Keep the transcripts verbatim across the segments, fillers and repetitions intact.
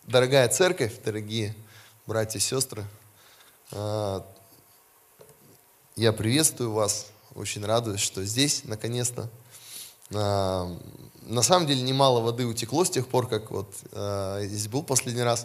Дорогая церковь, дорогие братья и сестры, я приветствую вас, очень радуюсь, что здесь наконец-то. На самом деле немало воды утекло с тех пор, как вот здесь был последний раз.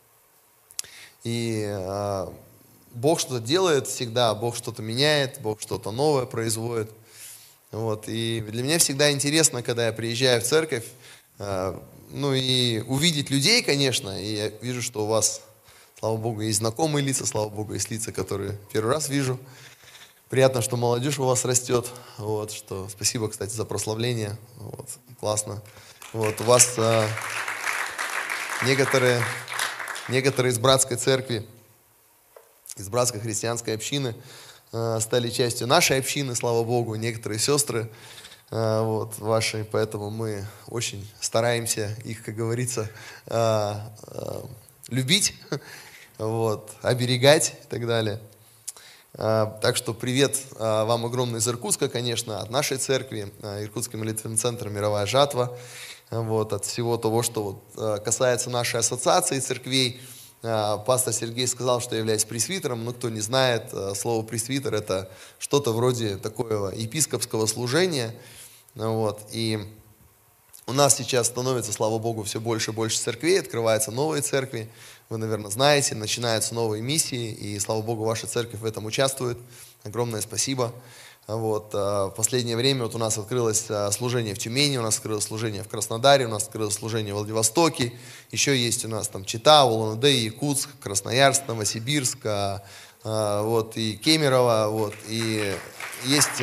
И Бог что-то делает всегда, Бог что-то меняет, Бог что-то новое производит. Вот. И для меня всегда интересно, когда я приезжаю в церковь, ну и увидеть людей, конечно, и я вижу, что у вас, слава Богу, есть знакомые лица, слава Богу, есть лица, которые первый раз вижу. Приятно, что молодежь у вас растет, вот, что спасибо, кстати, за прославление, вот, классно. Вот, у вас а, некоторые, некоторые из братской церкви, из братской христианской общины а, стали частью нашей общины, слава Богу, некоторые сестры, вот, ваши, поэтому мы очень стараемся их, как говорится, э, э, любить, вот, оберегать и так далее. Э, так что привет э, вам огромный из Иркутска, конечно, от нашей церкви, э, Иркутский молитвенный центр «Мировая жатва», вот, от всего того, что вот, э, касается нашей ассоциации церквей. Э, пастор Сергей сказал, что я являюсь пресвитером, но кто не знает, э, слово пресвитер – это что-то вроде такого епископского служения. Вот. И у нас сейчас становится, слава Богу, все больше и больше церквей, открываются новые церкви. Вы, наверное, знаете, начинаются новые миссии, и, слава Богу, ваша церковь в этом участвует. Огромное спасибо. Вот. В последнее время вот у нас открылось служение в Тюмени, у нас открылось служение в Краснодаре, у нас открылось служение в Владивостоке. Еще есть у нас там Чита, Улан-Удэ, Якутск, Красноярск, Новосибирск, вот, и Кемерово. Вот, и есть...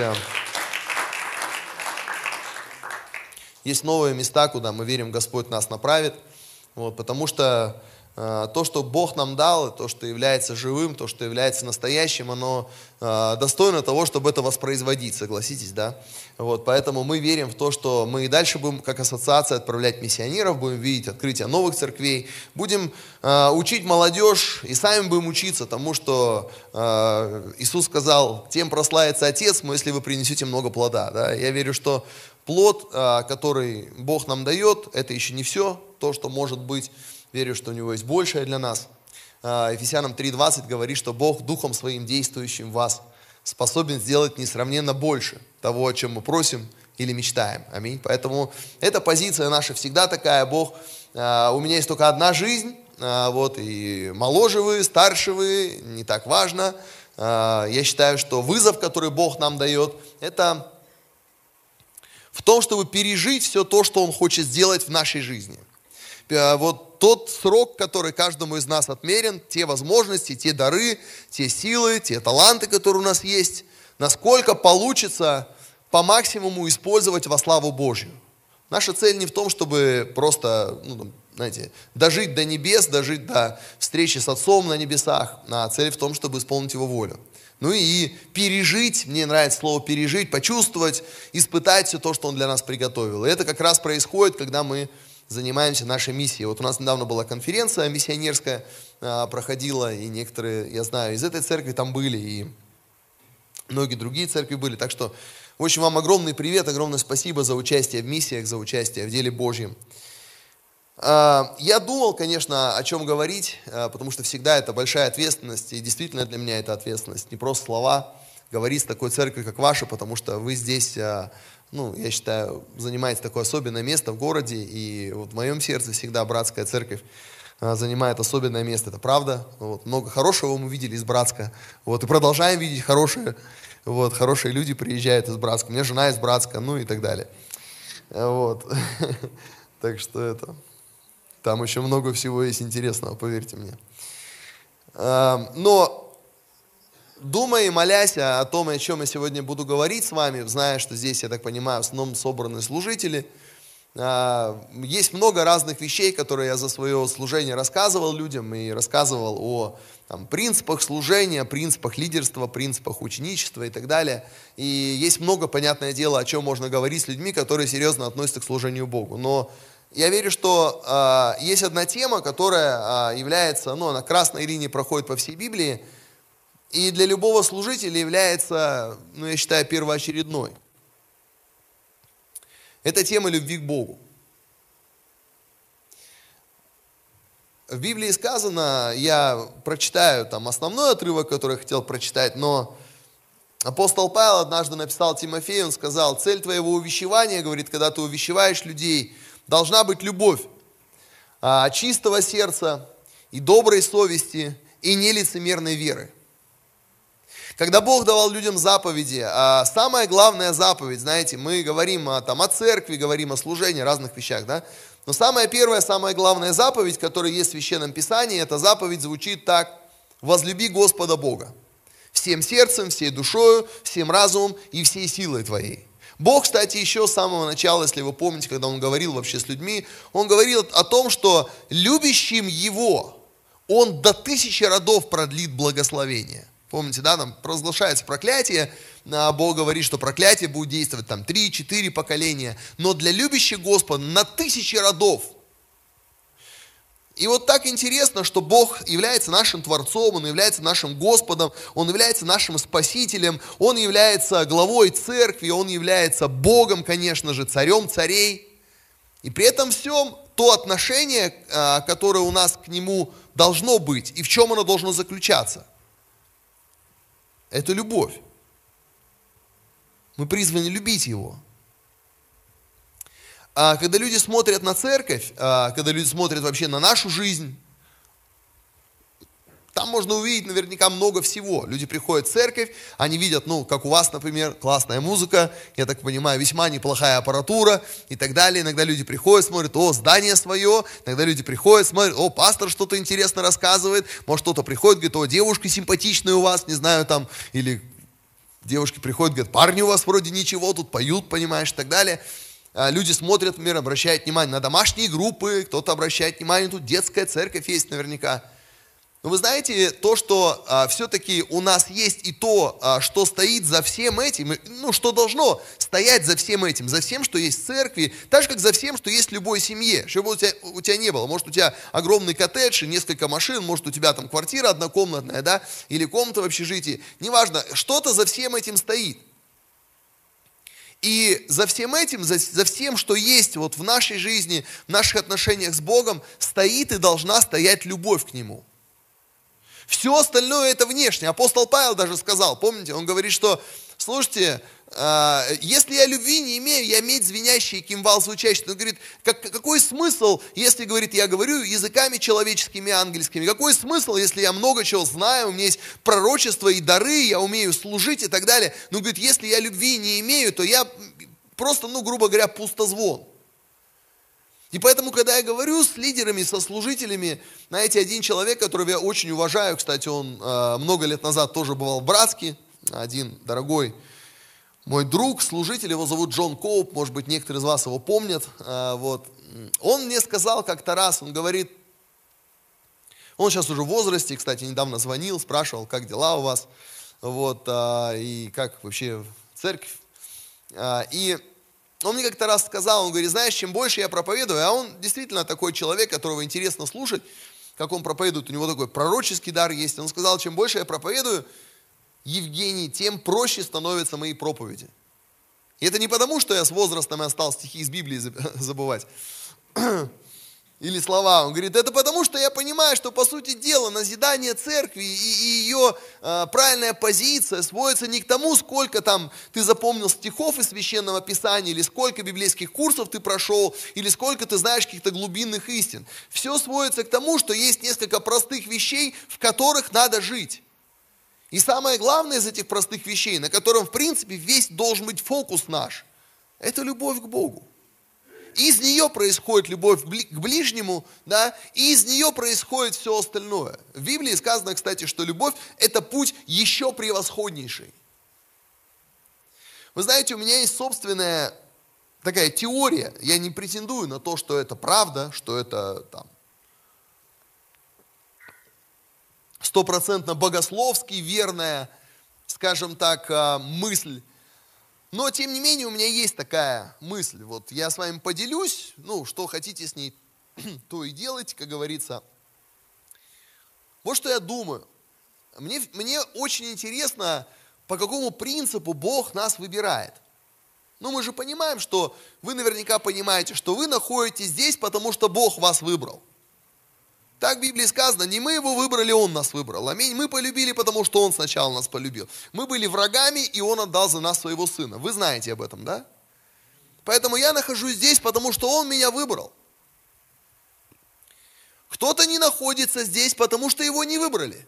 Есть новые места, куда мы верим, Господь нас направит, вот, потому что э, то, что Бог нам дал, то, что является живым, то, что является настоящим, оно э, достойно того, чтобы это воспроизводить, согласитесь, да? Вот, поэтому мы верим в то, что мы и дальше будем, как ассоциация, отправлять миссионеров, будем видеть открытие новых церквей, будем э, учить молодежь и сами будем учиться тому, что э, Иисус сказал, тем прославится Отец, но если вы принесете много плода, да? Я верю, что плод, который Бог нам дает, это еще не все, то, что может быть. Верю, что у Него есть большее для нас. Ефесянам три двадцать говорит, что Бог Духом Своим действующим в вас способен сделать несравненно больше того, о чем мы просим или мечтаем. Аминь. Поэтому эта позиция наша всегда такая. Бог, у меня есть только одна жизнь, вот, и моложе вы, старше вы, не так важно. Я считаю, что вызов, который Бог нам дает, это... в том, чтобы пережить все то, что Он хочет сделать в нашей жизни. Вот тот срок, который каждому из нас отмерен, те возможности, те дары, те силы, те таланты, которые у нас есть, насколько получится по максимуму использовать во славу Божью. Наша цель не в том, чтобы просто, ну, знаете, дожить до небес, дожить до встречи с Отцом на небесах, а цель в том, чтобы исполнить Его волю. Ну и пережить, мне нравится слово пережить, почувствовать, испытать все то, что Он для нас приготовил. И это как раз происходит, когда мы занимаемся нашей миссией. Вот у нас недавно была конференция миссионерская, проходила, и некоторые, я знаю, из этой церкви там были, и многие другие церкви были. Так что, в общем, вам огромный привет, огромное спасибо за участие в миссиях, за участие в деле Божьем. Я думал, конечно, о чем говорить, потому что всегда это большая ответственность, и действительно для меня это ответственность. Не просто слова говорить с такой церковью, как ваша, потому что вы здесь, ну, я считаю, занимаете такое особенное место в городе, и вот в моем сердце всегда братская церковь занимает особенное место, это правда. Вот, много хорошего мы видели из Братска, вот, и продолжаем видеть хорошее, вот, хорошие люди приезжают из Братска, у меня жена из Братска, ну и так далее. Вот, так что это... Там еще много всего есть интересного, поверьте мне. Но, думая и молясь о том, о чем я сегодня буду говорить с вами, зная, что здесь, я так понимаю, в основном собраны служители, есть много разных вещей, которые я за свое служение рассказывал людям и рассказывал о там, принципах служения, принципах лидерства, принципах ученичества и так далее. И есть много, понятное дело, о чем можно говорить с людьми, которые серьезно относятся к служению Богу. Но я верю, что э, есть одна тема, которая э, является, ну, она красной линией проходит по всей Библии, и для любого служителя является, ну, я считаю, первоочередной. Это тема любви к Богу. в Библии сказано, я прочитаю там основной отрывок, который я хотел прочитать, но апостол Павел однажды написал Тимофею, он сказал: цель твоего увещевания, говорит, когда ты увещеваешь людей, должна быть любовь а, чистого сердца и доброй совести и нелицемерной веры. Когда Бог давал людям заповеди, а самая главная заповедь, знаете, мы говорим о, там, о церкви, говорим о служении, разных вещах, да? Но самая первая, самая главная заповедь, которая есть в Священном Писании, эта заповедь звучит так: возлюби Господа Бога всем сердцем, всей душою, всем разумом и всей силой твоей. Бог, кстати, еще с самого начала, если вы помните, когда Он говорил вообще с людьми, Он говорил о том, что любящим Его Он до тысячи родов продлит благословение. Помните, да, там провозглашается проклятие, а Бог говорит, что проклятие будет действовать там три-четыре поколения, но для любящих Господа на тысячи родов. И вот так интересно, что Бог является нашим Творцом, Он является нашим Господом, Он является нашим Спасителем, Он является главой церкви, Он является Богом, конечно же, царем царей. И при этом всем то отношение, которое у нас к Нему должно быть, и в чем оно должно заключаться, это любовь. Мы призваны любить Его. А когда люди смотрят на церковь, а когда люди смотрят вообще на нашу жизнь, там можно увидеть наверняка много всего. Люди приходят в церковь, они видят, ну, как у вас, например, классная музыка, я так понимаю, весьма неплохая аппаратура и так далее. Иногда люди приходят, смотрят, о, здание свое. Иногда люди приходят, смотрят, о, пастор что-то интересно рассказывает. Может, кто-то приходит, говорит, о, девушка симпатичная у вас, не знаю, там, или девушки приходят, говорят, парни у вас вроде ничего, тут поют, понимаешь, и так далее. Люди смотрят, например, обращают внимание на домашние группы, кто-то обращает внимание, тут детская церковь есть наверняка. Но вы знаете, то, что а, все-таки у нас есть и то, а, что стоит за всем этим, ну, что должно стоять за всем этим, за всем, что есть в церкви, так же, как за всем, что есть в любой семье, что бы у тебя, у тебя не было. Может, у тебя огромный коттедж и несколько машин, может, у тебя там квартира однокомнатная, да, или комната в общежитии, неважно, что-то за всем этим стоит. И за всем этим, за, за всем, что есть вот в нашей жизни, в наших отношениях с Богом, стоит и должна стоять любовь к Нему. Все остальное это внешне. Апостол Павел даже сказал, помните, он говорит, что, слушайте, э, если я любви не имею, я медь звенящий, кимвал звучащий. Он говорит, как, какой смысл, если, говорит, я говорю языками человеческими, ангельскими? Какой смысл, если я много чего знаю, у меня есть пророчество и дары, я умею служить и так далее. Но, говорит, если я любви не имею, то я просто, ну, грубо говоря, пустозвон. И поэтому, когда я говорю с лидерами, со служителями, знаете, один человек, которого я очень уважаю, кстати, он э, много лет назад тоже бывал в Братске, один дорогой мой друг, служитель, его зовут Джон Коуп, может быть, некоторые из вас его помнят, э, вот. Он мне сказал как-то раз, он говорит, он сейчас уже в возрасте, кстати, недавно звонил, спрашивал, как дела у вас, вот, э, и как вообще церковь, э, и он мне как-то раз сказал, он говорит, знаешь, чем больше я проповедую, а он действительно такой человек, которого интересно слушать, как он проповедует, у него такой пророческий дар есть. Он сказал, чем больше я проповедую, Евгений, тем проще становятся мои проповеди. И это не потому, что я с возрастом и стал стихи из Библии забывать. Или слова. Он говорит, это потому, что я понимаю, что, по сути дела, назидание церкви и, и ее э, правильная позиция сводится не к тому, сколько там ты запомнил стихов из Священного Писания, или сколько библейских курсов ты прошел, или сколько ты знаешь каких-то глубинных истин. Все сводится к тому, что есть несколько простых вещей, в которых надо жить. И самое главное из этих простых вещей, на котором, в принципе, весь должен быть фокус наш, это любовь к Богу. Из нее происходит любовь к ближнему, да, и из нее происходит все остальное. В Библии сказано, кстати, что любовь – это путь еще превосходнейший. Вы знаете, у меня есть собственная такая теория, я не претендую на то, что это правда, что это там стопроцентно богословски верная, скажем так, мысль. Но, тем не менее, у меня есть такая мысль. Вот я с вами поделюсь, ну, что хотите с ней, то и делайте, как говорится. Вот что я думаю. Мне, мне очень интересно, по какому принципу Бог нас выбирает. Ну, мы же понимаем, что вы наверняка понимаете, что вы находитесь здесь, потому что Бог вас выбрал. Так в Библии сказано, не мы его выбрали, он нас выбрал. Аминь. Мы полюбили, потому что он сначала нас полюбил. Мы были врагами, и он отдал за нас своего сына. Вы знаете об этом, да? Поэтому я нахожусь здесь, потому что он меня выбрал. Кто-то не находится здесь, потому что его не выбрали.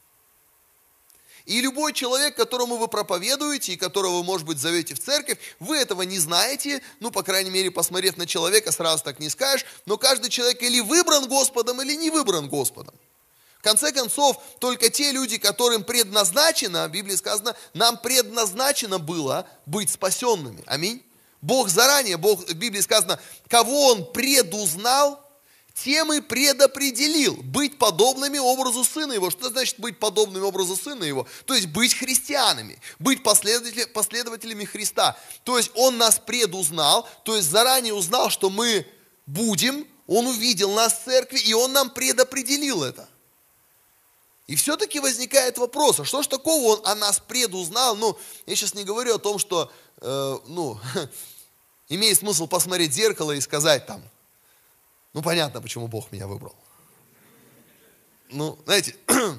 И любой человек, которому вы проповедуете, и которого вы, может быть, зовете в церковь, вы этого не знаете, ну, по крайней мере, посмотрев на человека, сразу так не скажешь, но каждый человек или выбран Господом, или не выбран Господом. В конце концов, только те люди, которым предназначено, в Библии сказано, нам предназначено было быть спасенными. Аминь. Бог заранее, Бог, в Библии сказано, кого Он предузнал, тем и предопределил быть подобными образу Сына Его. Что значит быть подобными образу Сына Его? То есть быть христианами, быть последователями, последователями Христа. То есть Он нас предузнал, то есть заранее узнал, что мы будем, Он увидел нас в церкви, и Он нам предопределил это. И все-таки возникает вопрос, а что ж такого Он о нас предузнал? Ну, я сейчас не говорю о том, что, э, ну, имеет смысл посмотреть в зеркало и сказать там, ну, понятно, почему Бог меня выбрал. Ну, знаете,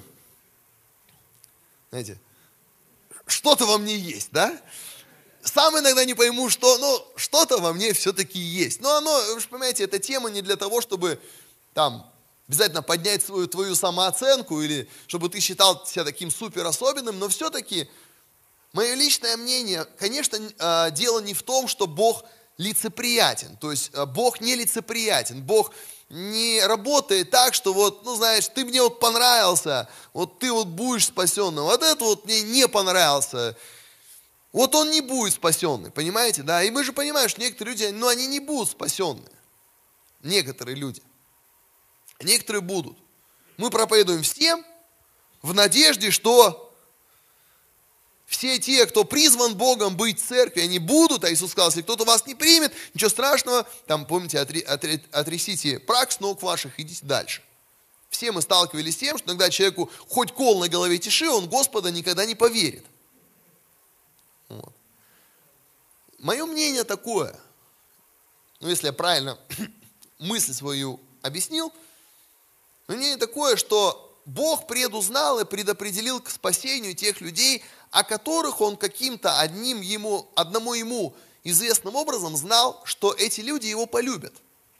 знаете, что-то во мне есть, да? Сам иногда не пойму, что, ну, что-то во мне все-таки есть. Но оно, вы же понимаете, эта тема не для того, чтобы там обязательно поднять свою твою самооценку или чтобы ты считал себя таким супер особенным, но все-таки мое личное мнение, конечно, дело не в том, что Бог лицеприятен, то есть Бог не лицеприятен, Бог не работает так, что вот, ну знаешь, ты мне вот понравился, вот ты вот будешь спасенным, вот это вот мне не понравился, вот он не будет спасенный, понимаете, да, и мы же понимаем, что некоторые люди, ну они не будут спасенные, некоторые люди, некоторые будут. Мы проповедуем всем в надежде, что все те, кто призван Богом быть в церкви, они будут, а Иисус сказал, если кто-то вас не примет, ничего страшного, там, помните, отри, отри, отрясите прах с ног ваших, идите дальше. Все мы сталкивались с тем, что иногда человеку хоть кол на голове тиши, он Господа никогда не поверит. Вот. Мое мнение такое, ну, если я правильно мысль свою объяснил, мое мнение такое, что Бог предузнал и предопределил к спасению тех людей, о которых Он каким-то одним ему, одному ему известным образом знал, что эти люди Его полюбят.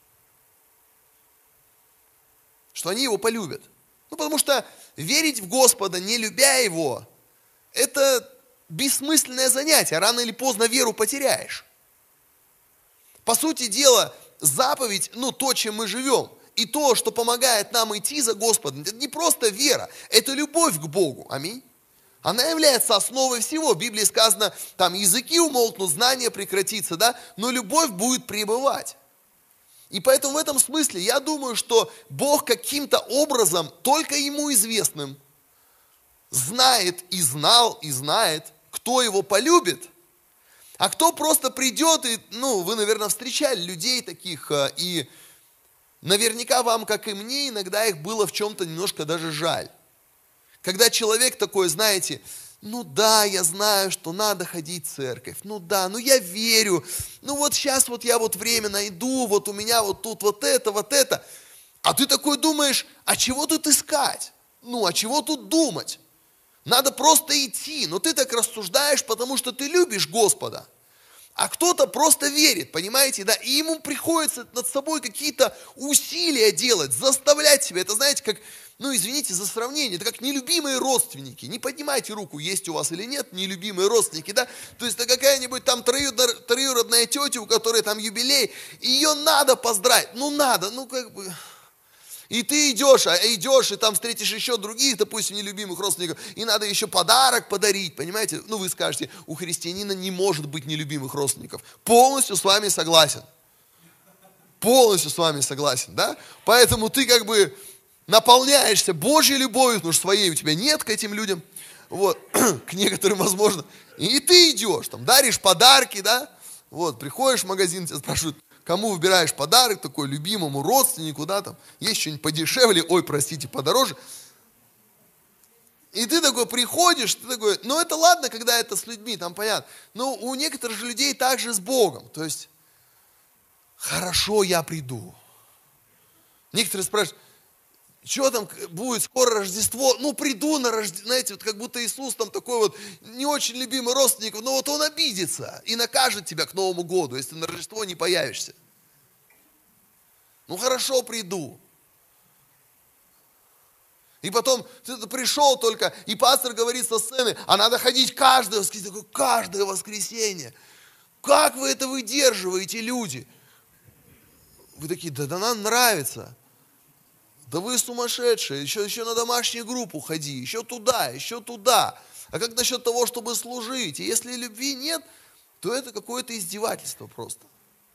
Что они Его полюбят. Ну, потому что верить в Господа, не любя Его, это бессмысленное занятие. Рано или поздно веру потеряешь. По сути дела, заповедь, ну, то, чем мы живем, и то, что помогает нам идти за Господом, это не просто вера, это любовь к Богу. Аминь. Она является основой всего. В Библии сказано, там языки умолкнут, знание прекратится, да, но любовь будет пребывать. И поэтому в этом смысле я думаю, что Бог каким-то образом, только Ему известным, знает и знал, и знает, кто Его полюбит, а кто просто придет, и, ну, вы, наверное, встречали людей таких, и наверняка вам, как и мне, иногда их было в чем-то немножко даже жаль. Когда человек такой, знаете, ну да, я знаю, что надо ходить в церковь, ну да, ну я верю, ну вот сейчас вот я вот время найду, вот у меня вот тут вот это, вот это. А ты такой думаешь, а чего тут искать? Ну, а чего тут думать? Надо просто идти, но ты так рассуждаешь, потому что ты любишь Господа. А кто-то просто верит, понимаете, да, и ему приходится над собой какие-то усилия делать, заставлять себя. Это, знаете, как, ну, извините за сравнение, это как нелюбимые родственники. Не поднимайте руку, есть у вас или нет нелюбимые родственники, да. То есть это какая-нибудь там троюродная тетя, у которой там юбилей, ее надо поздравить, ну, надо, ну, как бы... И ты идешь, а идешь, и там встретишь еще других, допустим, нелюбимых родственников, и надо еще подарок подарить, понимаете? Ну, вы скажете, у христианина не может быть нелюбимых родственников. Полностью с вами согласен. Полностью с вами согласен, да? Поэтому ты как бы наполняешься Божьей любовью, потому что своей у тебя нет к этим людям, вот, к некоторым, возможно. И ты идешь, там, даришь подарки, да? Вот, приходишь в магазин, тебя спрашивают, кому выбираешь подарок такой, любимому родственнику, да, там, есть что-нибудь подешевле, ой, простите, подороже. И ты такой приходишь, ты такой, ну это ладно, когда это с людьми, там понятно, но у некоторых же людей также с Богом, то есть, хорошо, я приду. Некоторые спрашивают, что там будет, скоро Рождество, ну приду на Рождество, знаете, вот как будто Иисус там такой вот не очень любимый родственник, но вот он обидится и накажет тебя к Новому году, если на Рождество не появишься. Ну хорошо, приду. И потом ты пришел только, и пастор говорит со сцены, а надо ходить каждое воскресенье, каждое воскресенье. Как вы это выдерживаете, люди? Вы такие, да, да нам нравится. Да вы сумасшедшие, еще, еще на домашнюю группу ходи, еще туда, еще туда. А как насчет того, чтобы служить? И если любви нет, то это какое-то издевательство просто.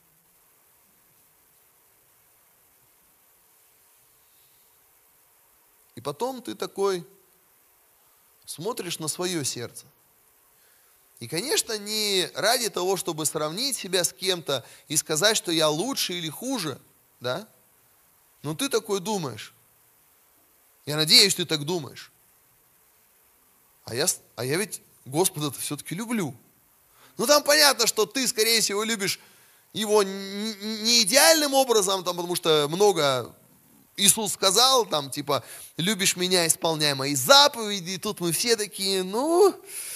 И потом ты такой смотришь на свое сердце. И, конечно, не ради того, чтобы сравнить себя с кем-то и сказать, что я лучше или хуже, да? Но ты такой думаешь. Я надеюсь, ты так думаешь. А я, а я ведь Господа-то все-таки люблю. Ну там понятно, что ты, скорее всего, любишь его не идеальным образом, там, потому что много Иисус сказал, там, типа, любишь меня, исполняй мои заповеди. И тут мы все такие, ну,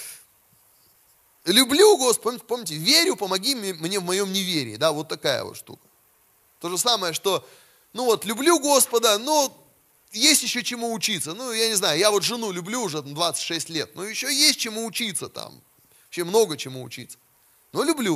люблю Господа, помните, верю, помоги мне в моем неверии. Да, вот такая вот штука. То же самое, что, ну вот, люблю Господа, но есть еще чему учиться. Ну, я не знаю, я вот жену люблю уже двадцать шесть лет, но еще есть чему учиться там. Вообще много чему учиться. Но люблю.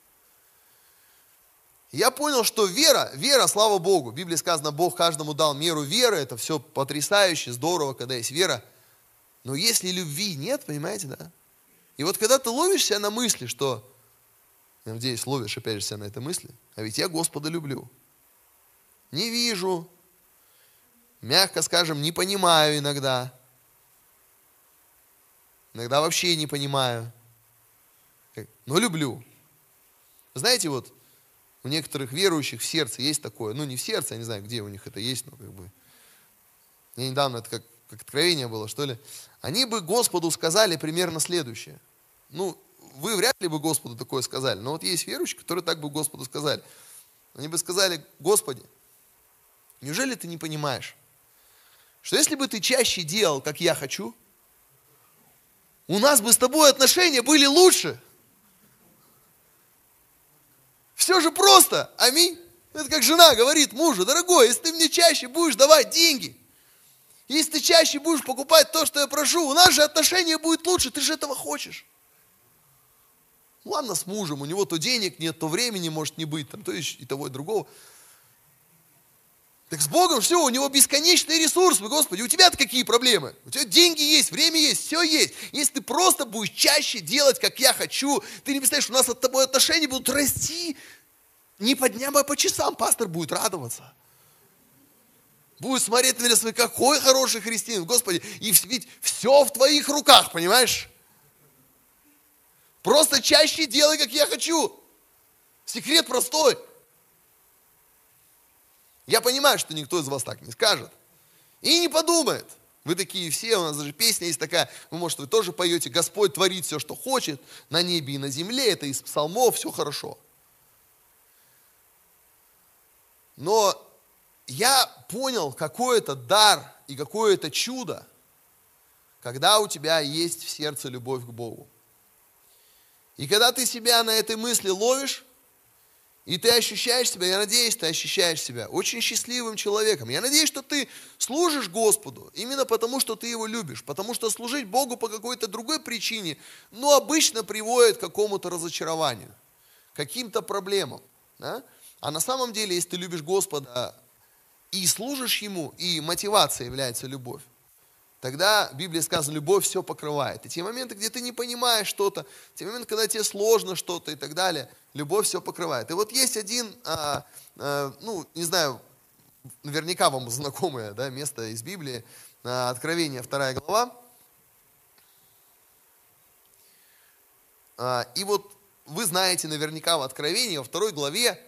Я понял, что вера, вера, слава Богу, в Библии сказано, Бог каждому дал меру веры, это все потрясающе, здорово, когда есть вера. Но если любви нет, понимаете, да? И вот когда ты ловишь себя на мысли, что, я надеюсь, ловишь опять же себя на этой мысли, а ведь я Господа люблю. Не вижу, мягко скажем, не понимаю иногда. Иногда вообще не понимаю. Но люблю. Знаете, вот у некоторых верующих в сердце есть такое, ну не в сердце, я не знаю, где у них это есть, но как бы, мне недавно это как, как откровение было, что ли, они бы Господу сказали примерно следующее. Ну, вы вряд ли бы Господу такое сказали, но вот есть верующие, которые так бы Господу сказали. Они бы сказали, Господи, неужели ты не понимаешь, что если бы ты чаще делал, как я хочу, у нас бы с тобой отношения были лучше. Все же просто, аминь. Это как жена говорит мужу, дорогой, если ты мне чаще будешь давать деньги, если ты чаще будешь покупать то, что я прошу, у нас же отношения будут лучше, ты же этого хочешь. Ладно, с мужем, у него то денег нет, то времени может не быть, там, то и того, и другого. Так с Богом все, у него бесконечный ресурс, Господи, у тебя-то какие проблемы? У тебя деньги есть, время есть, все есть. Если ты просто будешь чаще делать, как я хочу, ты не представляешь, у нас от тобой отношения будут расти не по дням, а по часам. Пастор будет радоваться. Будет смотреть на меня, смотреть, какой хороший христианин, Господи, и ведь все в твоих руках, понимаешь? Просто чаще делай, как я хочу. Секрет простой. Я понимаю, что никто из вас так не скажет. И не подумает. Вы такие все, у нас даже песня есть такая, вы, может, вы тоже поете, Господь творит все, что хочет, на небе и на земле, это из псалмов, все хорошо. Но я понял, какой это дар и какое это чудо, когда у тебя есть в сердце любовь к Богу. И когда ты себя на этой мысли ловишь, и ты ощущаешь себя, я надеюсь, ты ощущаешь себя очень счастливым человеком. Я надеюсь, что ты служишь Господу именно потому, что ты Его любишь. Потому что служить Богу по какой-то другой причине, ну, обычно приводит к какому-то разочарованию, к каким-то проблемам. Да? А на самом деле, если ты любишь Господа и служишь Ему, и мотивацией является любовь, тогда в Библии сказано, любовь все покрывает. И те моменты, где ты не понимаешь что-то, те моменты, когда тебе сложно что-то и так далее, любовь все покрывает. И вот есть один, а, а, ну, не знаю, наверняка вам знакомое, да, место из Библии, а, Откровение, вторая глава. А, и вот вы знаете наверняка в Откровении, во второй главе,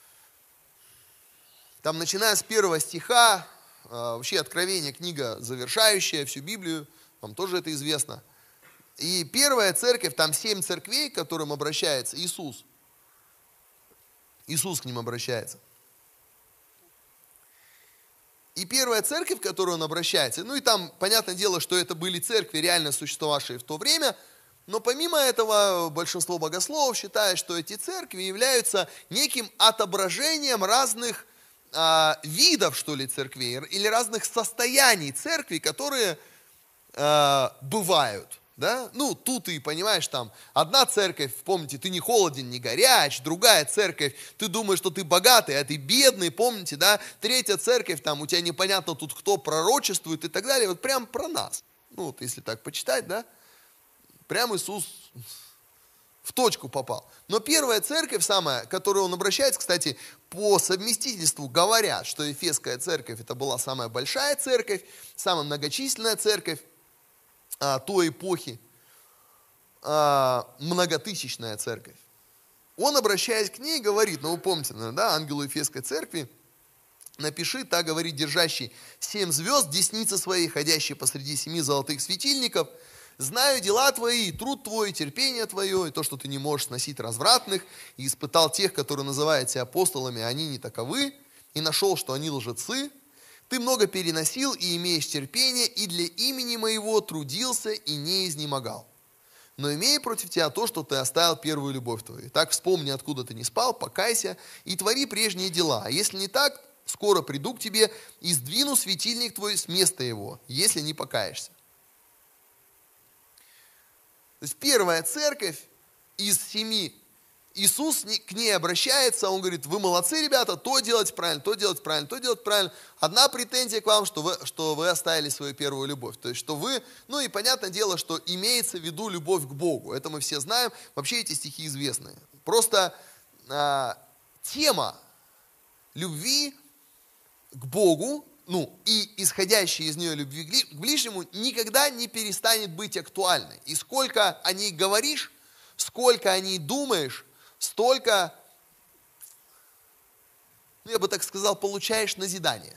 там, начиная с первого стиха, вообще Откровение, книга, завершающая всю Библию, вам тоже это известно. И первая церковь, там семь церквей, к которым обращается Иисус. Иисус к ним обращается. И первая церковь, к которой он обращается, ну и там, понятное дело, что это были церкви, реально существовавшие в то время, но помимо этого большинство богословов считает, что эти церкви являются неким отображением разных а, видов, что ли, церквей, или разных состояний церкви, которые а, бывают. Да? Ну, тут ты понимаешь, там, одна церковь, помните, ты не холоден, не горяч, другая церковь, ты думаешь, что ты богатый, а ты бедный, помните, да? Третья церковь, там, у тебя непонятно тут кто пророчествует и так далее, вот прям про нас. Ну, вот если так почитать, да, прям Иисус в точку попал. Но первая церковь, самая, к которой он обращается, кстати, по совместительству говорят, что Ефесская церковь, это была самая большая церковь, самая многочисленная церковь, А, той эпохи, а, многотысячная церковь. Он, обращаясь к ней, говорит, ну вы помните, наверное, да, ангелу Ефесской церкви, напиши, так говорит держащий семь звезд, десницы своей, ходящий посреди семи золотых светильников, знаю дела твои, труд твой, терпение твое, и то, что ты не можешь сносить развратных, и испытал тех, которые называют себя апостолами, а они не таковы, и нашел, что они лжецы. Ты много переносил и имеешь терпение, и для имени моего трудился и не изнемогал. Но имея против тебя то, что ты оставил первую любовь твою. Так вспомни, откуда ты не спал, покайся и твори прежние дела. А если не так, скоро приду к тебе и сдвину светильник твой с места его, если не покаешься. То есть первая церковь из семи, Иисус к ней обращается, он говорит, вы молодцы, ребята, то делать правильно, то делать правильно, то делать правильно. Одна претензия к вам, что вы, что вы оставили свою первую любовь. То есть, что вы, ну и понятное дело, что имеется в виду любовь к Богу. Это мы все знаем, вообще эти стихи известны. Просто а, тема любви к Богу, ну и исходящей из нее любви к ближнему, никогда не перестанет быть актуальной. И сколько о ней говоришь, сколько о ней думаешь, столько, ну, я бы так сказал, получаешь назидание.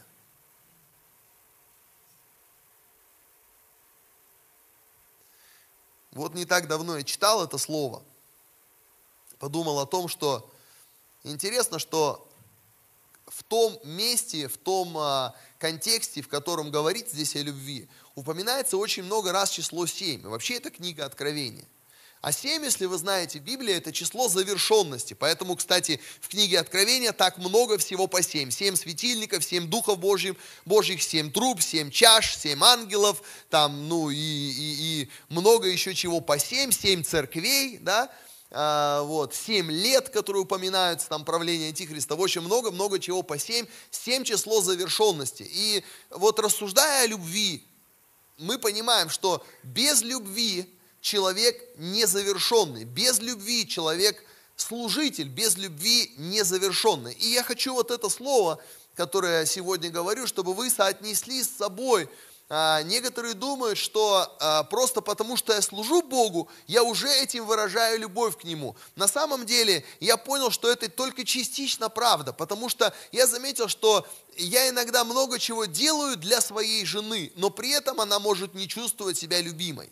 Вот не так давно я читал это слово, подумал о том, что интересно, что в том месте, в том а, контексте, в котором говорится здесь о любви, упоминается очень много раз число семь. Вообще это книга Откровения. А семь, если вы знаете, Библия – это число завершенности. Поэтому, кстати, в книге Откровения так много всего по семь. Семь светильников, семь духов Божьих, Божьих семь труб, семь чаш, семь ангелов, там, ну и, и, и много еще чего по семь, семь церквей, да, а, вот, семь лет, которые упоминаются, там, правление Антихриста. В общем, много-много чего по семь. Семь число завершенности. И вот рассуждая о любви, мы понимаем, что без любви человек незавершенный, без любви человек служитель, без любви незавершенный. И я хочу вот это слово, которое я сегодня говорю, чтобы вы соотнесли с собой. А, некоторые думают, что а, просто потому, что я служу Богу, я уже этим выражаю любовь к Нему. На самом деле, я понял, что это только частично правда, потому что я заметил, что я иногда много чего делаю для своей жены, но при этом она может не чувствовать себя любимой.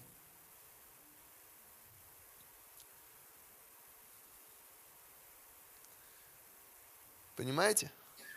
Понимаете?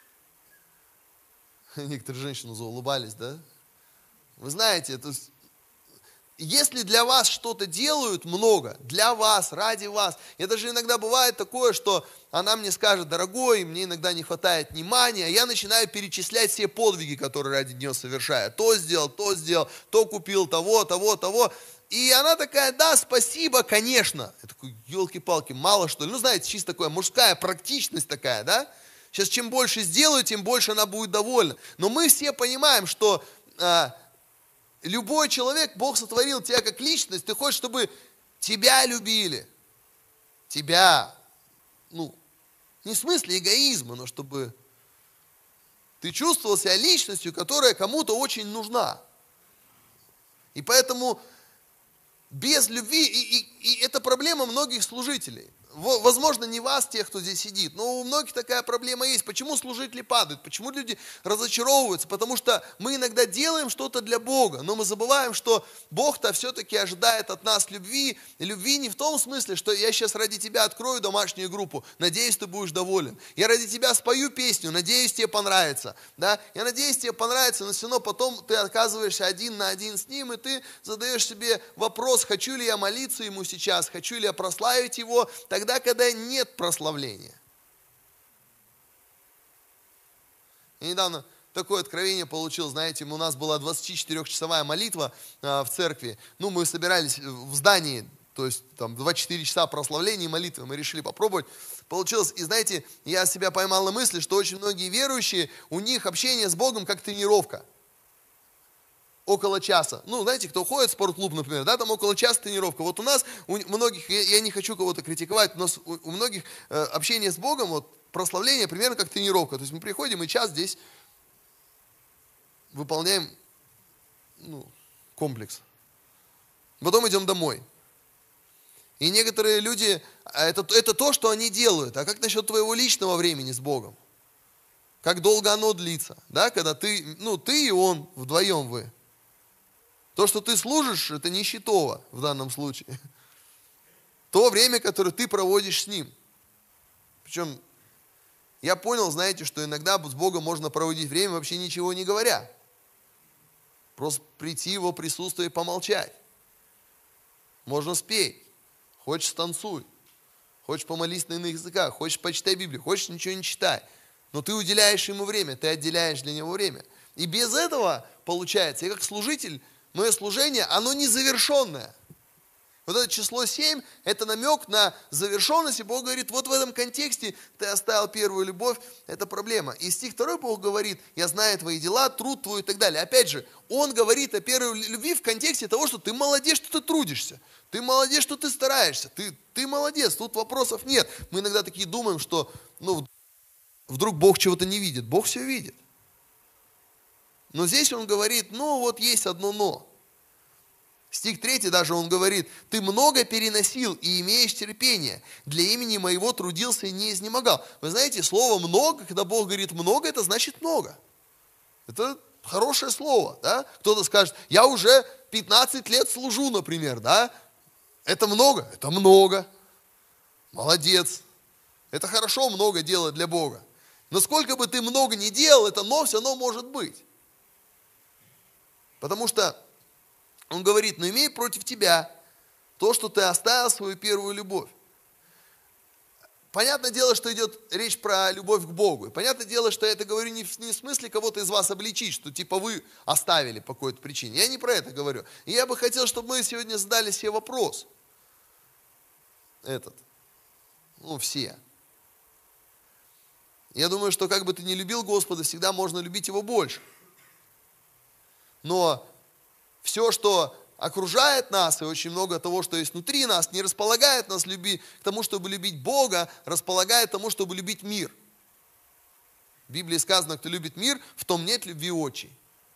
Некоторые женщины заулыбались, да? Вы знаете, то есть, если для вас что-то делают много, для вас, ради вас, это же иногда бывает такое, что она мне скажет, дорогой, мне иногда не хватает внимания, я начинаю перечислять все подвиги, которые ради нее совершаю. То сделал, то сделал, то купил, того, того, того. И она такая, да, спасибо, конечно. Я такой, елки-палки, мало что ли. Ну, знаете, чисто такая мужская практичность такая, да? Сейчас чем больше сделаю, тем больше она будет довольна. Но мы все понимаем, что а, любой человек, Бог сотворил тебя как личность, ты хочешь, чтобы тебя любили. Тебя. Ну, не в смысле эгоизма, но чтобы ты чувствовал себя личностью, которая кому-то очень нужна. И поэтому без любви, и, и, и это проблема многих служителей. возможно, не вас, тех, кто здесь сидит, но у многих такая проблема есть. Почему служители падают? Почему люди разочаровываются? Потому что мы иногда делаем что-то для Бога, но мы забываем, что Бог-то все-таки ожидает от нас любви. И любви не в том смысле, что я сейчас ради тебя открою домашнюю группу, надеюсь, ты будешь доволен. Я ради тебя спою песню, надеюсь, тебе понравится. Да? Я надеюсь, тебе понравится, но все равно потом ты оказываешься один на один с Ним, и ты задаешь себе вопрос, хочу ли я молиться Ему сейчас, хочу ли я прославить Его, тогда, когда нет прославления. Я недавно такое откровение получил, знаете, у нас была двадцатичетырёхчасовая молитва а, в церкви, ну, мы собирались в здании, то есть там двадцать четыре часа прославления и молитвы, мы решили попробовать, получилось, и знаете, я себя поймал на мысли, что очень многие верующие, у них общение с Богом как тренировка. Около часа. Ну, знаете, кто ходит в спортклуб, например, да, там около часа тренировка. Вот у нас, у многих, я, я не хочу кого-то критиковать, но у, у многих э, общение с Богом, вот, прославление примерно как тренировка. То есть мы приходим и час здесь выполняем, ну, комплекс. Потом идем домой. И некоторые люди, это, это то, что они делают. А как насчет твоего личного времени с Богом? Как долго оно длится? Да, когда ты, ну, ты и он, вдвоем вы. То, что ты служишь, это не счетово в данном случае. То время, которое ты проводишь с Ним. Причем я понял, знаете, что иногда с Богом можно проводить время, вообще ничего не говоря. Просто прийти в Его присутствие и помолчать. Можно спеть. Хочешь, станцуй. Хочешь, помолись на иных языках. Хочешь, почитай Библию. Хочешь, ничего не читай. Но ты уделяешь Ему время, ты отделяешь для Него время. И без этого, получается, я как служитель, мое служение, оно незавершенное. Вот это число семь, это намек на завершенность, и Бог говорит, вот в этом контексте ты оставил первую любовь, это проблема. И стих второй Бог говорит, я знаю твои дела, труд твой и так далее. Опять же, Он говорит о первой любви в контексте того, что ты молодец, что ты трудишься, ты молодец, что ты стараешься, ты, ты молодец, тут вопросов нет. Мы иногда такие думаем, что ну, вдруг Бог чего-то не видит, Бог все видит. Но здесь Он говорит, ну вот есть одно но. Стих третий даже Он говорит, ты много переносил и имеешь терпение, для имени моего трудился и не изнемогал. Вы знаете, слово много, когда Бог говорит много, это значит много. Это хорошее слово, да? Кто-то скажет, я уже пятнадцать лет служу, например, да? Это много? Это много. Молодец. Это хорошо много делать для Бога. Но сколько бы ты много ни делал, это но все равно может быть. Потому что Он говорит, но имей против тебя то, что ты оставил свою первую любовь. Понятное дело, что идет речь про любовь к Богу. И понятное дело, что я это говорю не в, не в смысле кого-то из вас обличить, что типа вы оставили по какой-то причине. Я не про это говорю. И я бы хотел, чтобы мы сегодня задали себе вопрос. Этот. Ну, все. Я думаю, что как бы ты ни любил Господа, всегда можно любить Его больше. Но все, что окружает нас, и очень много того, что есть внутри нас, не располагает нас люби, к тому, чтобы любить Бога, располагает к тому, чтобы любить мир. В Библии сказано, кто любит мир, в том нет любви отчей.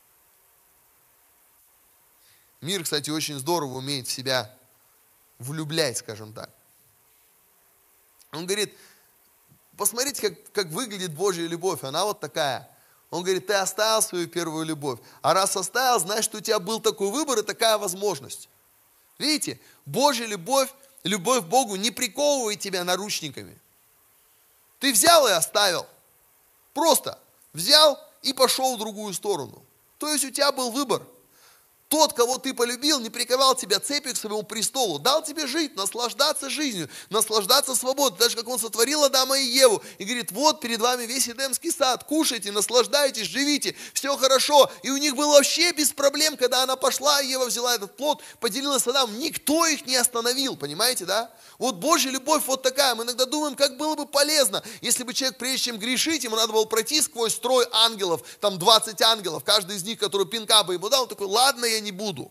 Мир, кстати, очень здорово умеет в себя влюблять, скажем так. Он говорит, посмотрите, как, как выглядит Божья любовь, она вот такая. Он говорит, ты оставил свою первую любовь. А раз оставил, знаешь, что у тебя был такой выбор и такая возможность. Видите, Божья любовь, любовь к Богу не приковывает тебя наручниками. Ты взял и оставил. Просто взял и пошел в другую сторону. То есть у тебя был выбор. Тот, кого ты полюбил, не приковал тебя цепью к своему престолу, дал тебе жить, наслаждаться жизнью, наслаждаться свободой, даже как Он сотворил Адама и Еву, и говорит, вот перед вами весь Эдемский сад, кушайте, наслаждайтесь, живите, все хорошо. И у них было вообще без проблем, когда она пошла, и Ева взяла этот плод, поделилась с Адамом, никто их не остановил, понимаете, да? Вот Божья любовь вот такая, мы иногда думаем, как было бы полезно, если бы человек, прежде чем грешить, ему надо было пройти сквозь строй ангелов, там двадцать ангелов, каждый из них, который пинка бы ему дал, он такой, ладно, я не буду.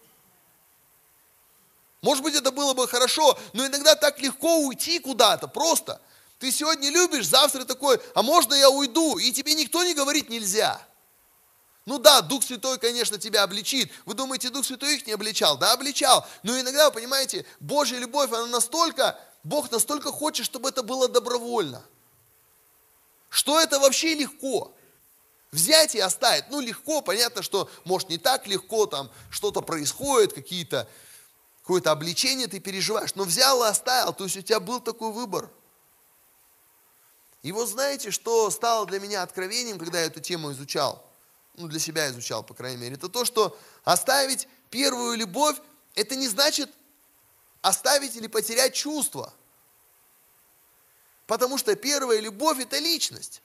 Может быть, это было бы хорошо, но иногда так легко уйти куда-то, просто. Ты сегодня любишь, завтра такой, а можно я уйду? И тебе никто не говорит нельзя. Ну да, Дух Святой, конечно, тебя обличит. Вы думаете, Дух Святой их не обличал? Да, обличал. Но иногда, вы понимаете, Божья любовь, она настолько Бог настолько хочет, чтобы это было добровольно. Что это вообще легко. Взять и оставить. Ну, легко, понятно, что, может, не так легко, там что-то происходит, какие-то, какое-то обличение ты переживаешь. Но взял и оставил, то есть у тебя был такой выбор. И вот знаете, что стало для меня откровением, когда я эту тему изучал? Ну, для себя изучал, по крайней мере. Это то, что оставить первую любовь, это не значит оставить или потерять чувства. Потому что первая любовь – это личность.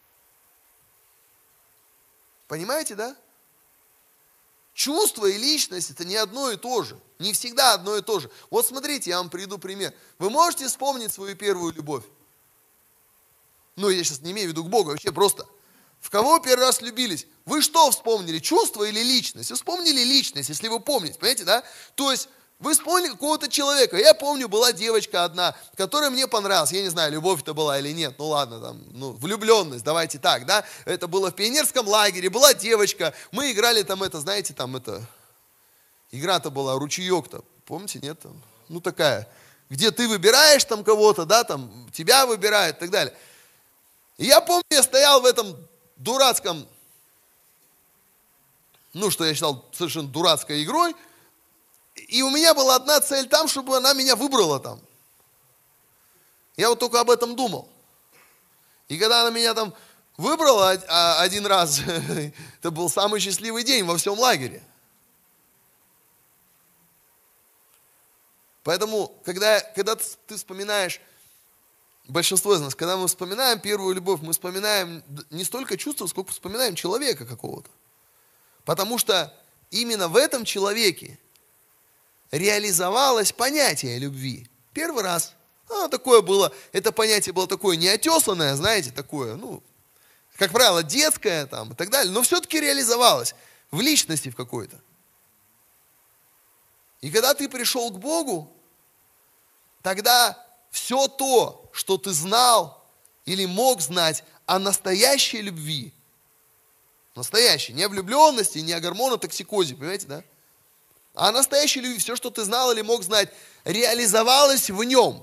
Понимаете, да? Чувство и личность – это не одно и то же. Не всегда одно и то же. Вот смотрите, я вам приведу пример. Вы можете вспомнить свою первую любовь? Ну, я сейчас не имею в виду к Богу, вообще просто. В кого первый раз влюбились? Вы что вспомнили, чувство или личность? Вы вспомнили личность, если вы помните, понимаете, да? То есть, вы вспомнили какого-то человека. Я помню, была девочка одна, которая мне понравилась. Я не знаю, любовь это была или нет. Ну ладно, там, ну, влюбленность, давайте так, да. Это было в пионерском лагере, была девочка. Мы играли там это, знаете, там это, игра-то была, ручеек-то, помните, нет? Там, ну такая, где ты выбираешь там кого-то, да, там, тебя выбирают и так далее. И я помню, я стоял в этом дурацком, ну, что я считал совершенно дурацкой игрой, и у меня была одна цель там, чтобы она меня выбрала там. Я вот только об этом думал. И когда она меня там выбрала один раз, это был самый счастливый день во всем лагере. Поэтому, когда, когда ты вспоминаешь, большинство из нас, когда мы вспоминаем первую любовь, мы вспоминаем не столько чувства, сколько вспоминаем человека какого-то. Потому что именно в этом человеке реализовалось понятие любви. Первый раз. А, такое было, это понятие было такое неотесанное, знаете, такое, ну, как правило, детское там и так далее, но все-таки реализовалось в личности в какой-то. И когда ты пришел к Богу, тогда все то, что ты знал или мог знать о настоящей любви, настоящей, не о влюбленности, не о гормонотоксикозе, понимаете, да? А настоящей любви, все, что ты знал или мог знать, реализовалось в нем.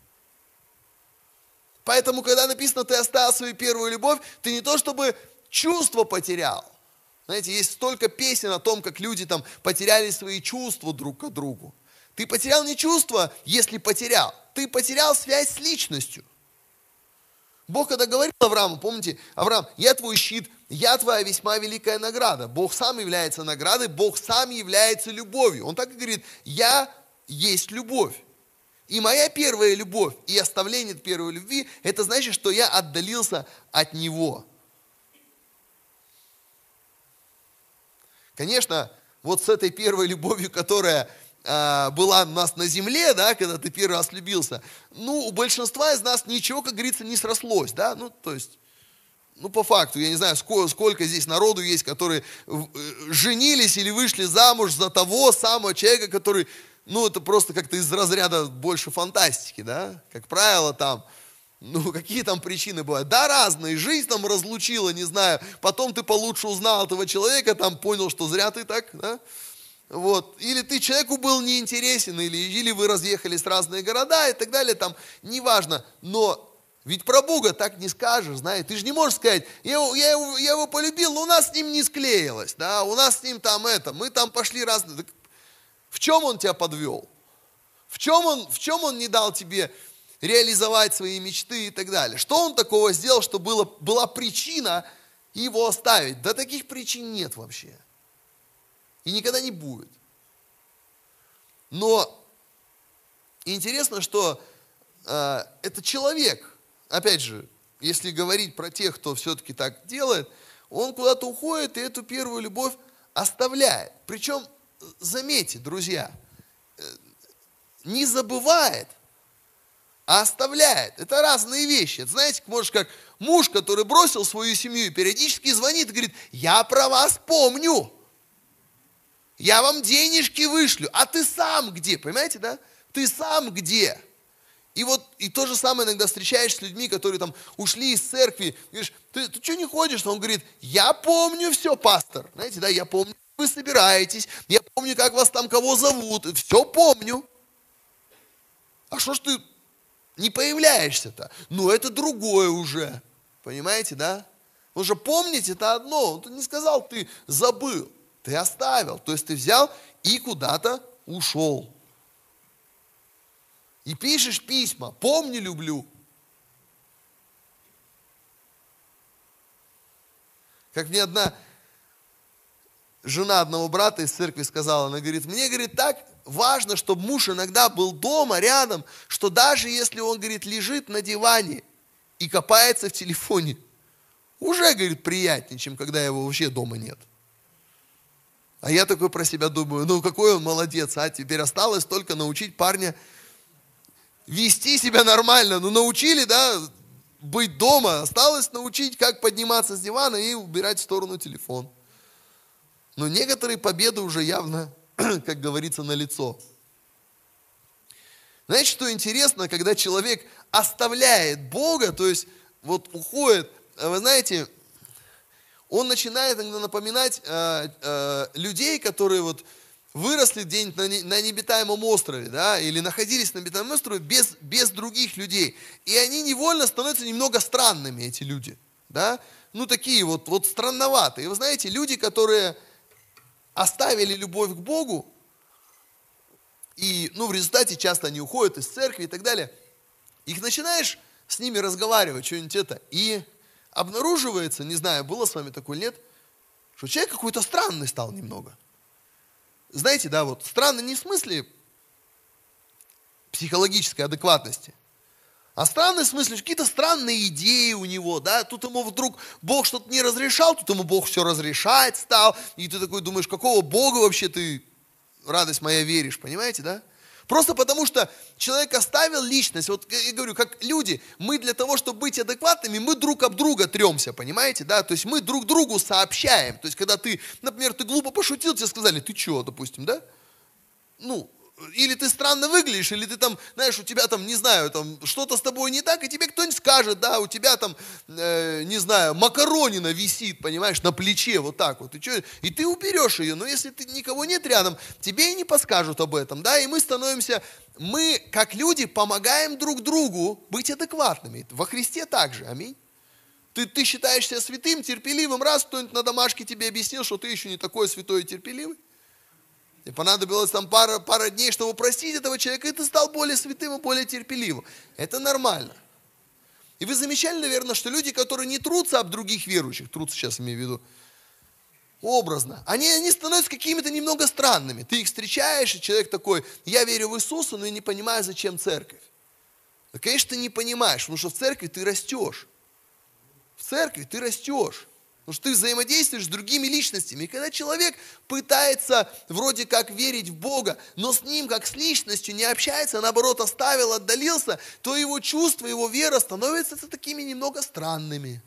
Поэтому, когда написано, ты оставил свою первую любовь, ты не то чтобы чувство потерял. Знаете, есть столько песен о том, как люди там потеряли свои чувства друг к другу. Ты потерял не чувство, если потерял. Ты потерял связь с личностью. Бог когда говорил Аврааму, помните, Авраам, я твой щит, я твоя весьма великая награда. Бог сам является наградой, Бог сам является любовью. Он так и говорит, я есть любовь. И моя первая любовь и оставление первой любви, это значит, что я отдалился от Него. Конечно, вот с этой первой любовью, которая э, была у нас на земле, да, когда ты первый раз влюбился, ну, у большинства из нас ничего, как говорится, не срослось, да, ну, то есть, ну, по факту, я не знаю, сколько, сколько здесь народу есть, которые женились или вышли замуж за того самого человека, который, ну, это просто как-то из разряда больше фантастики, да, как правило, там, ну, какие там причины бывают? Да, разные. Жизнь там разлучила, не знаю. Потом ты получше узнал этого человека, там понял, что зря ты так, да? Вот. Или ты человеку был неинтересен, или, или вы разъехались в разные города и так далее, там, неважно. Но ведь про Бога так не скажешь, знаешь. Ты же не можешь сказать, я, я, его, я его полюбил, но у нас с ним не склеилось, да, у нас с ним там это, мы там пошли разные. Так в чем он тебя подвел? В чем он, в чем он не дал тебе реализовать свои мечты и так далее. Что он такого сделал, что было, была причина его оставить? Да таких причин нет вообще. И никогда не будет. Но интересно, что э, это человек, опять же, если говорить про тех, кто все-таки так делает, он куда-то уходит и эту первую любовь оставляет. Причем, заметьте, друзья, э, не забывает, а оставляет. Это разные вещи. Это, знаете, может, как муж, который бросил свою семью и периодически звонит и говорит, я про вас помню, я вам денежки вышлю, а ты сам где? Понимаете, да? Ты сам где? И вот, и то же самое иногда встречаешься с людьми, которые там ушли из церкви, говоришь, ты, ты что не ходишь? Он говорит, я помню все, пастор. Знаете, да, я помню, вы собираетесь, я помню, как вас там кого зовут, все помню. А что ж ты не появляешься-то? Ну, это другое уже. Понимаете, да? Вы же помните, это одно. Он не сказал, ты забыл, ты оставил. То есть ты взял и куда-то ушел. И пишешь письма, помни, люблю. Как мне одна жена одного брата из церкви сказала, она говорит, мне, говорит, так важно, чтобы муж иногда был дома, рядом, что даже если он, говорит, лежит на диване и копается в телефоне, уже, говорит, приятнее, чем когда его вообще дома нет. А я такой про себя думаю, ну какой он молодец, а теперь осталось только научить парня вести себя нормально. Ну научили, да, быть дома, осталось научить, как подниматься с дивана и убирать в сторону телефон. Но некоторые победы уже явно, как говорится, налицо. Знаете, что интересно, когда человек оставляет Бога, то есть вот уходит, вы знаете, он начинает иногда напоминать э, э, людей, которые вот выросли где-нибудь на, не, на необитаемом острове, да, или находились на необитаемом острове без, без других людей. И они невольно становятся немного странными, эти люди, да, ну такие вот, вот странноватые. И вы знаете, люди, которые оставили любовь к Богу, и, ну, в результате часто они уходят из церкви и так далее, их начинаешь с ними разговаривать, что-нибудь это, и обнаруживается, не знаю, было с вами такое или нет, что человек какой-то странный стал немного. Знаете, да, вот странный не в смысле психологической адекватности, а странный в смысле, что какие-то странные идеи у него, да, тут ему вдруг Бог что-то не разрешал, тут ему Бог все разрешать стал, и ты такой думаешь, какого Бога вообще ты, радость моя, веришь, понимаете, да? Просто потому, что человек оставил личность. Вот я говорю, как люди, мы для того, чтобы быть адекватными, мы друг об друга тремся, понимаете, да? То есть мы друг другу сообщаем. То есть когда ты, например, ты глупо пошутил, тебе сказали, ты че, допустим, да? Ну, или ты странно выглядишь, или ты там, знаешь, у тебя там, не знаю, там что-то с тобой не так, и тебе кто-нибудь скажет, да, у тебя там, э, не знаю, макаронина висит, понимаешь, на плече, вот так вот, и, что, и ты уберешь ее, но если ты, никого нет рядом, тебе и не подскажут об этом, да, и мы становимся, мы, как люди, помогаем друг другу быть адекватными, во Христе также, аминь. Ты, ты считаешь себя святым, терпеливым, раз кто-нибудь на домашке тебе объяснил, что ты еще не такой святой и терпеливый, и понадобилось там пара, пара дней, чтобы простить этого человека, и ты стал более святым и более терпеливым. Это нормально. И вы замечали, наверное, что люди, которые не трутся об других верующих, трутся сейчас, имею в виду, образно, они, они становятся какими-то немного странными. Ты их встречаешь, и человек такой, я верю в Иисуса, но я не понимаю, зачем церковь. Да, конечно, ты не понимаешь, потому что в церкви ты растешь. В церкви ты растешь. Потому что ты взаимодействуешь с другими личностями. И когда человек пытается вроде как верить в Бога, но с ним как с личностью не общается, а наоборот оставил, отдалился, то его чувства, его вера становятся такими немного странными.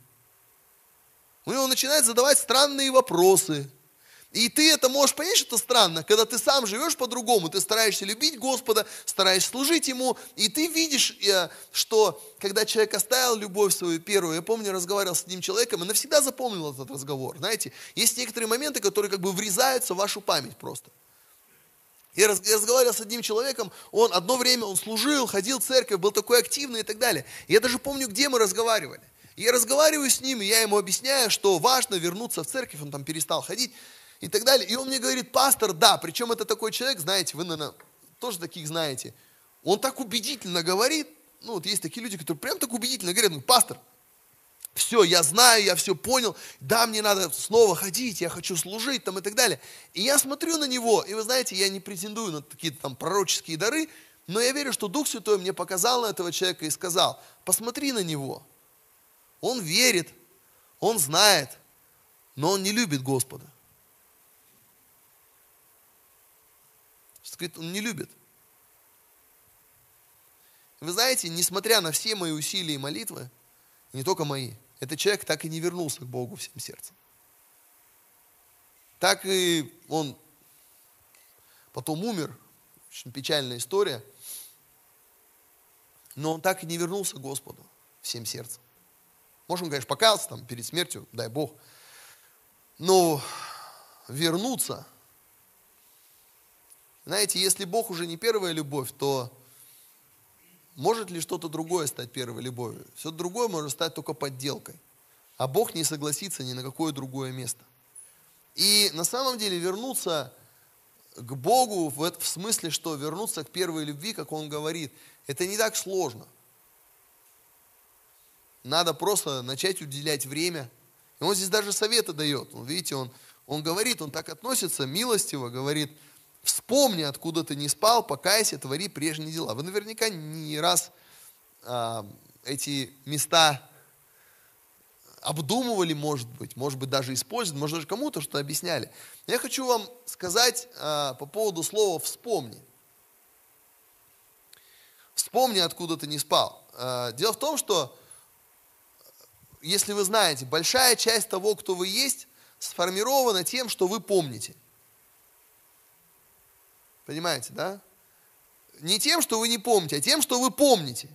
У него начинают задавать странные вопросы. И ты это можешь понять, что это странно, когда ты сам живешь по-другому, ты стараешься любить Господа, стараешься служить Ему, и ты видишь, что когда человек оставил любовь свою первую, я помню, разговаривал с одним человеком, и навсегда запомнил этот разговор, знаете, есть некоторые моменты, которые как бы врезаются в вашу память просто. Я разговаривал с одним человеком, он одно время он служил, ходил в церковь, был такой активный и так далее. И я даже помню, где мы разговаривали. И я разговариваю с ним, и я ему объясняю, что важно вернуться в церковь, он там перестал ходить. И так далее. И он мне говорит, пастор, да, причем это такой человек, знаете, вы, наверное, тоже таких знаете. Он так убедительно говорит, ну вот есть такие люди, которые прям так убедительно говорят, ну, пастор, все, я знаю, я все понял, да, мне надо снова ходить, я хочу служить там и так далее. И я смотрю на него, и вы знаете, я не претендую на какие-то там пророческие дары, но я верю, что Дух Святой мне показал на этого человека и сказал, посмотри на него. Он верит, он знает, но он не любит Господа. Говорит, он не любит. Вы знаете, несмотря на все мои усилия и молитвы, не только мои, этот человек так и не вернулся к Богу всем сердцем. Так и он потом умер, очень печальная история, но он так и не вернулся к Господу всем сердцем. Может, он, конечно, покаялся там перед смертью, дай Бог, но вернуться. Знаете, если Бог уже не первая любовь, то может ли что-то другое стать первой любовью? Все другое может стать только подделкой. А Бог не согласится ни на какое другое место. И на самом деле вернуться к Богу в, в смысле, что вернуться к первой любви, как Он говорит, это не так сложно. Надо просто начать уделять время. И Он здесь даже советы дает. Он, видите, он, он говорит, Он так относится милостиво, говорит: вспомни, откуда ты не спал, покайся, твори прежние дела. Вы наверняка не раз а, эти места обдумывали, может быть, может быть, даже использовали, может, даже кому-то что-то объясняли. Я хочу вам сказать а, по поводу слова «вспомни». Вспомни, откуда ты не спал. А, дело в том, что, если вы знаете, большая часть того, кто вы есть, сформирована тем, что вы помните. Понимаете, да? Не тем, что вы не помните, а тем, что вы помните.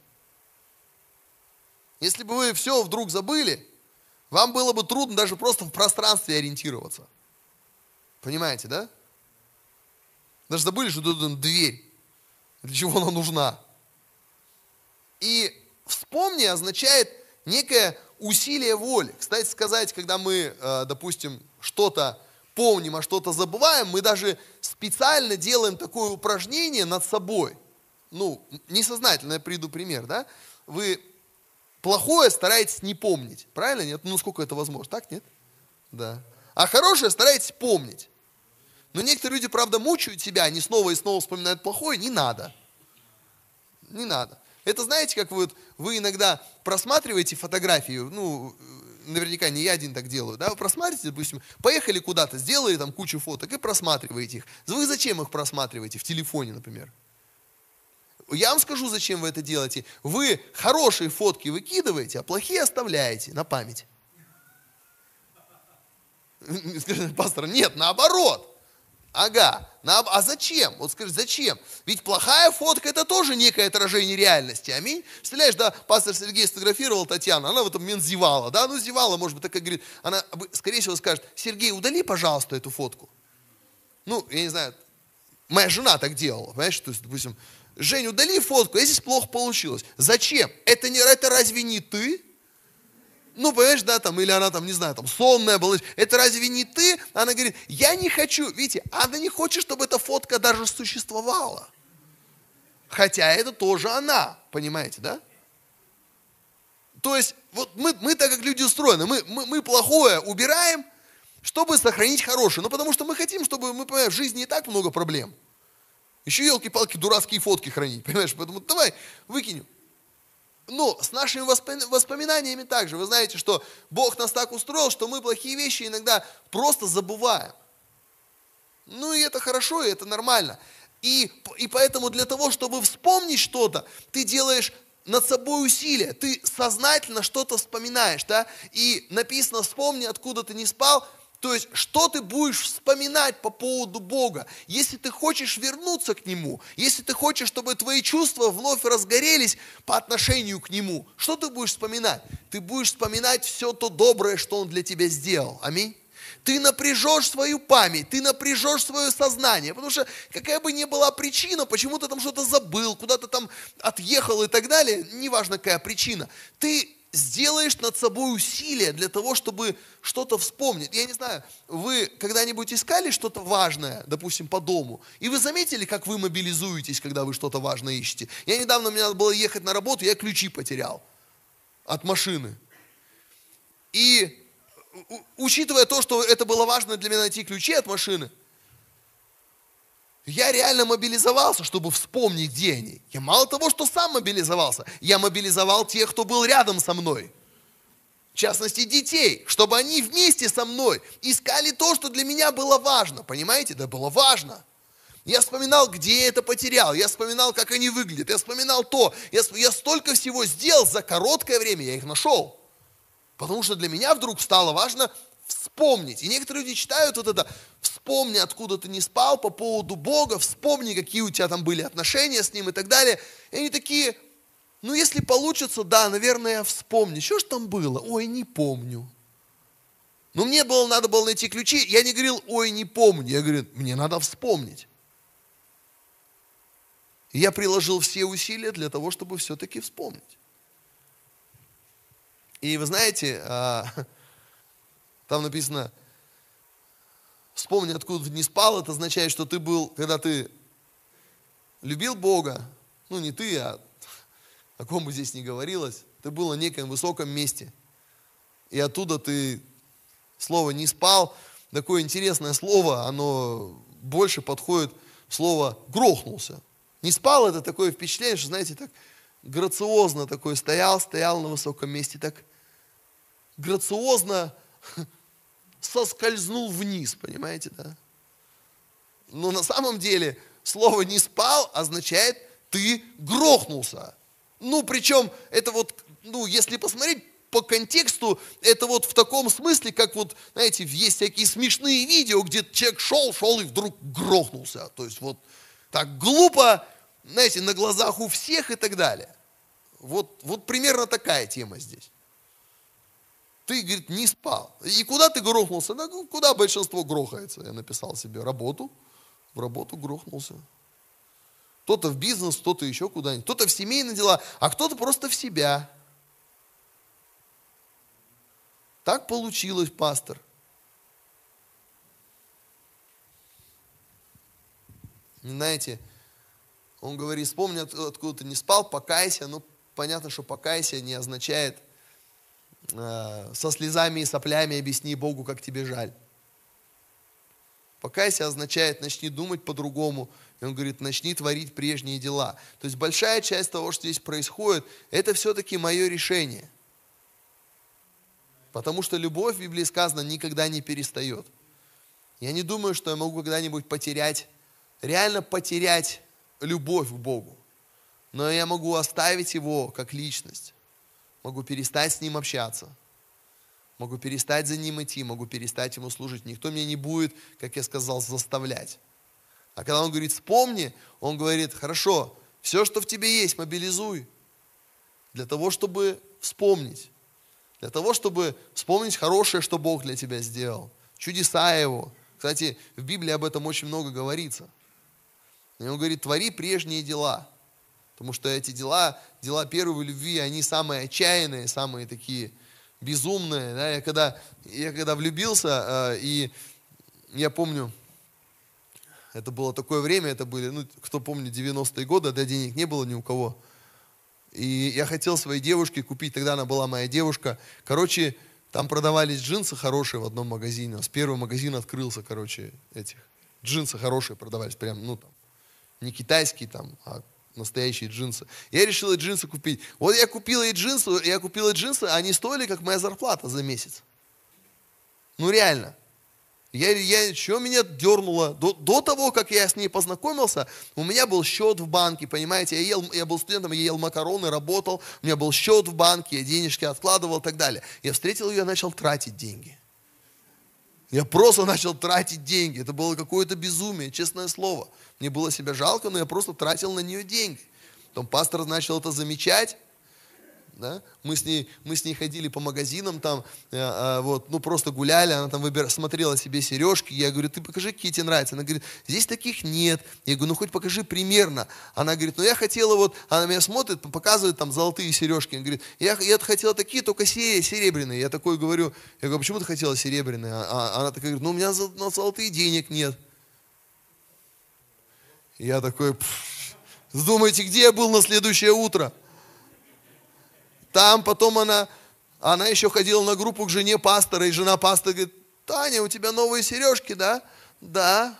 Если бы вы все вдруг забыли, вам было бы трудно даже просто в пространстве ориентироваться. Понимаете, да? Даже забыли, что тут дверь. Для чего она нужна? И вспомни означает некое усилие воли. Кстати сказать, когда мы, допустим, что-то помним, а что-то забываем, мы даже специально делаем такое упражнение над собой. Ну, несознательно, я приведу пример, да? Вы плохое стараетесь не помнить, правильно? Нет? Ну, сколько это возможно, так, нет? Да. А хорошее стараетесь помнить. Но некоторые люди, правда, мучают себя, они снова и снова вспоминают плохое, не надо. Не надо. Это знаете, как вы, вы иногда просматриваете фотографии, ну, наверняка не я один так делаю, да, вы просматриваете, допустим, поехали куда-то, сделали там кучу фоток и просматриваете их. Вы зачем их просматриваете? В телефоне, например. Я вам скажу, зачем вы это делаете. Вы хорошие фотки выкидываете, а плохие оставляете на память. Скажите, пастор, нет, наоборот. Ага, на, а зачем? Вот скажи, зачем? Ведь плохая фотка — это тоже некое отражение реальности, аминь. Представляешь, да, пастор Сергей сфотографировал Татьяну, она в этот момент зевала, да, ну зевала, может быть, так как говорит, она, скорее всего, скажет: Сергей, удали, пожалуйста, эту фотку. Ну, я не знаю, моя жена так делала, понимаешь, то есть, допустим, Жень, удали фотку, а здесь плохо получилось. Зачем? Это, не, это разве не ты? Ну, понимаешь, да, там, или она там, не знаю, там, сонная была. Это разве не ты? Она говорит: я не хочу, видите, она не хочет, чтобы эта фотка даже существовала. Хотя это тоже она, понимаете, да? То есть, вот мы, мы так как люди устроены, мы, мы, мы плохое убираем, чтобы сохранить хорошее. Ну, потому что мы хотим, чтобы, мы понимаем, в жизни и так много проблем. Еще, елки-палки, дурацкие фотки хранить, понимаешь? Поэтому давай выкинем. Но с нашими воспоминаниями также. Вы знаете, что Бог нас так устроил, что мы плохие вещи иногда просто забываем. Ну и это хорошо, и это нормально. И, и поэтому для того, чтобы вспомнить что-то, ты делаешь над собой усилия. Ты сознательно что-то вспоминаешь, да? И написано: вспомни, откуда ты не спал. То есть, что ты будешь вспоминать по поводу Бога? Если ты хочешь вернуться к Нему, если ты хочешь, чтобы твои чувства вновь разгорелись по отношению к Нему, что ты будешь вспоминать? Ты будешь вспоминать все то доброе, что Он для тебя сделал. Аминь. Ты напряжешь свою память, ты напряжешь свое сознание, потому что какая бы ни была причина, почему ты там что-то забыл, куда-то там отъехал и так далее, неважно какая причина, ты сделаешь над собой усилия для того, чтобы что-то вспомнить. Я не знаю, вы когда-нибудь искали что-то важное, допустим, по дому, и вы заметили, как вы мобилизуетесь, когда вы что-то важное ищете? Я недавно, мне надо было ехать на работу, я ключи потерял от машины. И учитывая то, что это было важно для меня найти ключи от машины, я реально мобилизовался, чтобы вспомнить, где они. Я мало того, что сам мобилизовался, я мобилизовал тех, кто был рядом со мной. В частности, детей, чтобы они вместе со мной искали то, что для меня было важно. Понимаете? Это было важно. Я вспоминал, где я это потерял, я вспоминал, как они выглядят, я вспоминал то. Я, я столько всего сделал за короткое время, я их нашел. Потому что для меня вдруг стало важно вспомнить. И некоторые люди читают вот это: вспомни, откуда ты не спал, по поводу Бога, вспомни, какие у тебя там были отношения с Ним и так далее. И они такие: ну, если получится, да, наверное, я вспомню. Что ж там было? Ой, не помню. Но мне было, надо было найти ключи. Я не говорил: ой, не помню. Я говорю: мне надо вспомнить. И я приложил все усилия для того, чтобы все-таки вспомнить. И вы знаете, там написано, вспомни, откуда ты не спал, это означает, что ты был, когда ты любил Бога, ну не ты, а о ком бы здесь ни говорилось, ты был на неком высоком месте. И оттуда ты, слово «не спал», такое интересное слово, оно больше подходит слово «грохнулся». Не спал — это такое впечатление, что, знаете, так грациозно такой стоял, стоял на высоком месте, так грациозно соскользнул вниз, понимаете, да? Но на самом деле слово «не спал» означает «ты грохнулся». Ну, причем это вот, ну, если посмотреть по контексту, это вот в таком смысле, как вот, знаете, есть всякие смешные видео, где человек шел, шел и вдруг грохнулся. То есть вот так глупо, знаете, на глазах у всех и так далее. Вот, вот примерно такая тема здесь. Ты, говорит, не спал. И куда ты грохнулся? Да, куда большинство грохается? Я написал себе работу, в работу грохнулся. Кто-то в бизнес, кто-то еще куда-нибудь, кто-то в семейные дела, а кто-то просто в себя. Так получилось, пастор. Знаете, он говорит, вспомни, откуда ты не спал, покайся. Ну, понятно, что покайся не означает э, со слезами и соплями объясни Богу, как тебе жаль. Покайся означает начни думать по-другому. И он говорит, начни творить прежние дела. То есть большая часть того, что здесь происходит, это все-таки мое решение. Потому что любовь, в Библии сказано, никогда не перестает. Я не думаю, что я могу когда-нибудь потерять, реально потерять любовь к Богу. Но я могу оставить Его как личность. Могу перестать с Ним общаться. Могу перестать за Ним идти, могу перестать Ему служить. Никто меня не будет, как я сказал, заставлять. А когда Он говорит, вспомни, Он говорит, хорошо, все, что в тебе есть, мобилизуй. Для того, чтобы вспомнить. Для того, чтобы вспомнить хорошее, что Бог для тебя сделал. Чудеса Его. Кстати, в Библии об этом очень много говорится. И Он говорит, твори прежние дела. Потому что эти дела, дела первой любви, они самые отчаянные, самые такие безумные. Да? Я, когда, я когда влюбился, э, и я помню, это было такое время, это были, ну, кто помнит, девяностые годы, да, денег не было ни у кого. И я хотел своей девушке купить, тогда она была моя девушка. Короче, там продавались джинсы хорошие в одном магазине. У нас первый магазин открылся, короче, этих. Джинсы хорошие продавались, прям, ну, там, не китайские там, а настоящие джинсы. Я решил эти джинсы купить. Вот я купил эти джинсы, я купил эти джинсы, они стоили, как моя зарплата за месяц. Ну, реально. Я, я, что меня дернуло? До, до того, как я с ней познакомился, у меня был счет в банке, понимаете, я, ел, я был студентом, я ел макароны, работал, у меня был счет в банке, я денежки откладывал и так далее. Я встретил ее, я начал тратить деньги. Я просто начал тратить деньги. Это было какое-то безумие, честное слово. Мне было себя жалко, но я просто тратил на нее деньги. Потом пастор начал это замечать. Да? Мы, с ней, мы с ней ходили по магазинам, там, э, э, вот, ну просто гуляли, она там выбир, смотрела себе сережки. Я говорю, ты покажи, какие тебе нравятся. Она говорит, здесь таких нет. Я говорю, ну хоть покажи примерно. Она говорит, ну я хотела вот, она меня смотрит, показывает там золотые сережки. Она говорит, я, я хотела такие, только серебряные. Я такой говорю, я говорю, почему ты хотела серебряные? А она такая говорит, ну у меня на золотые денег нет. Я такой, думаете, где я был на следующее утро? Там потом она, она еще ходила на группу к жене пастора, и жена пастора говорит, Таня, у тебя новые сережки, да? Да.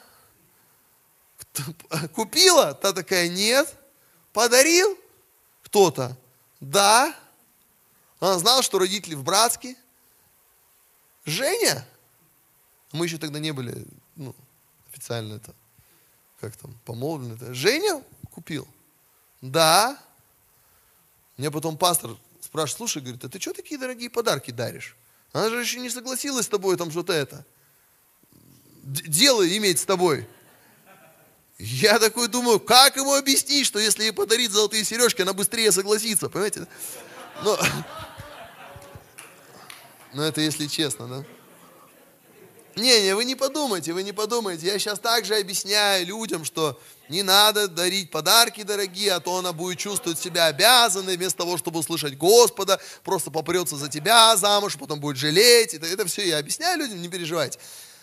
Купила? Та такая, нет. Подарил? Кто-то? Да. Она знала, что родители в Братске. Женя? Мы еще тогда не были, ну, официально это, как там, помолвлены. Женя купил? Да. Мне потом пастор спрашивает, слушай, говорит, а ты что такие дорогие подарки даришь? Она же еще не согласилась с тобой там что-то это. Дело иметь с тобой. Я такой думаю, как ему объяснить, что если ей подарить золотые сережки, она быстрее согласится, понимаете? Но, но это если честно, да? Не-не, вы не подумайте, вы не подумайте. Я сейчас также объясняю людям, что не надо дарить подарки дорогие, а то она будет чувствовать себя обязанной, вместо того, чтобы услышать Господа, просто попрется за тебя замуж, потом будет жалеть. Это, это все я объясняю людям, не переживайте.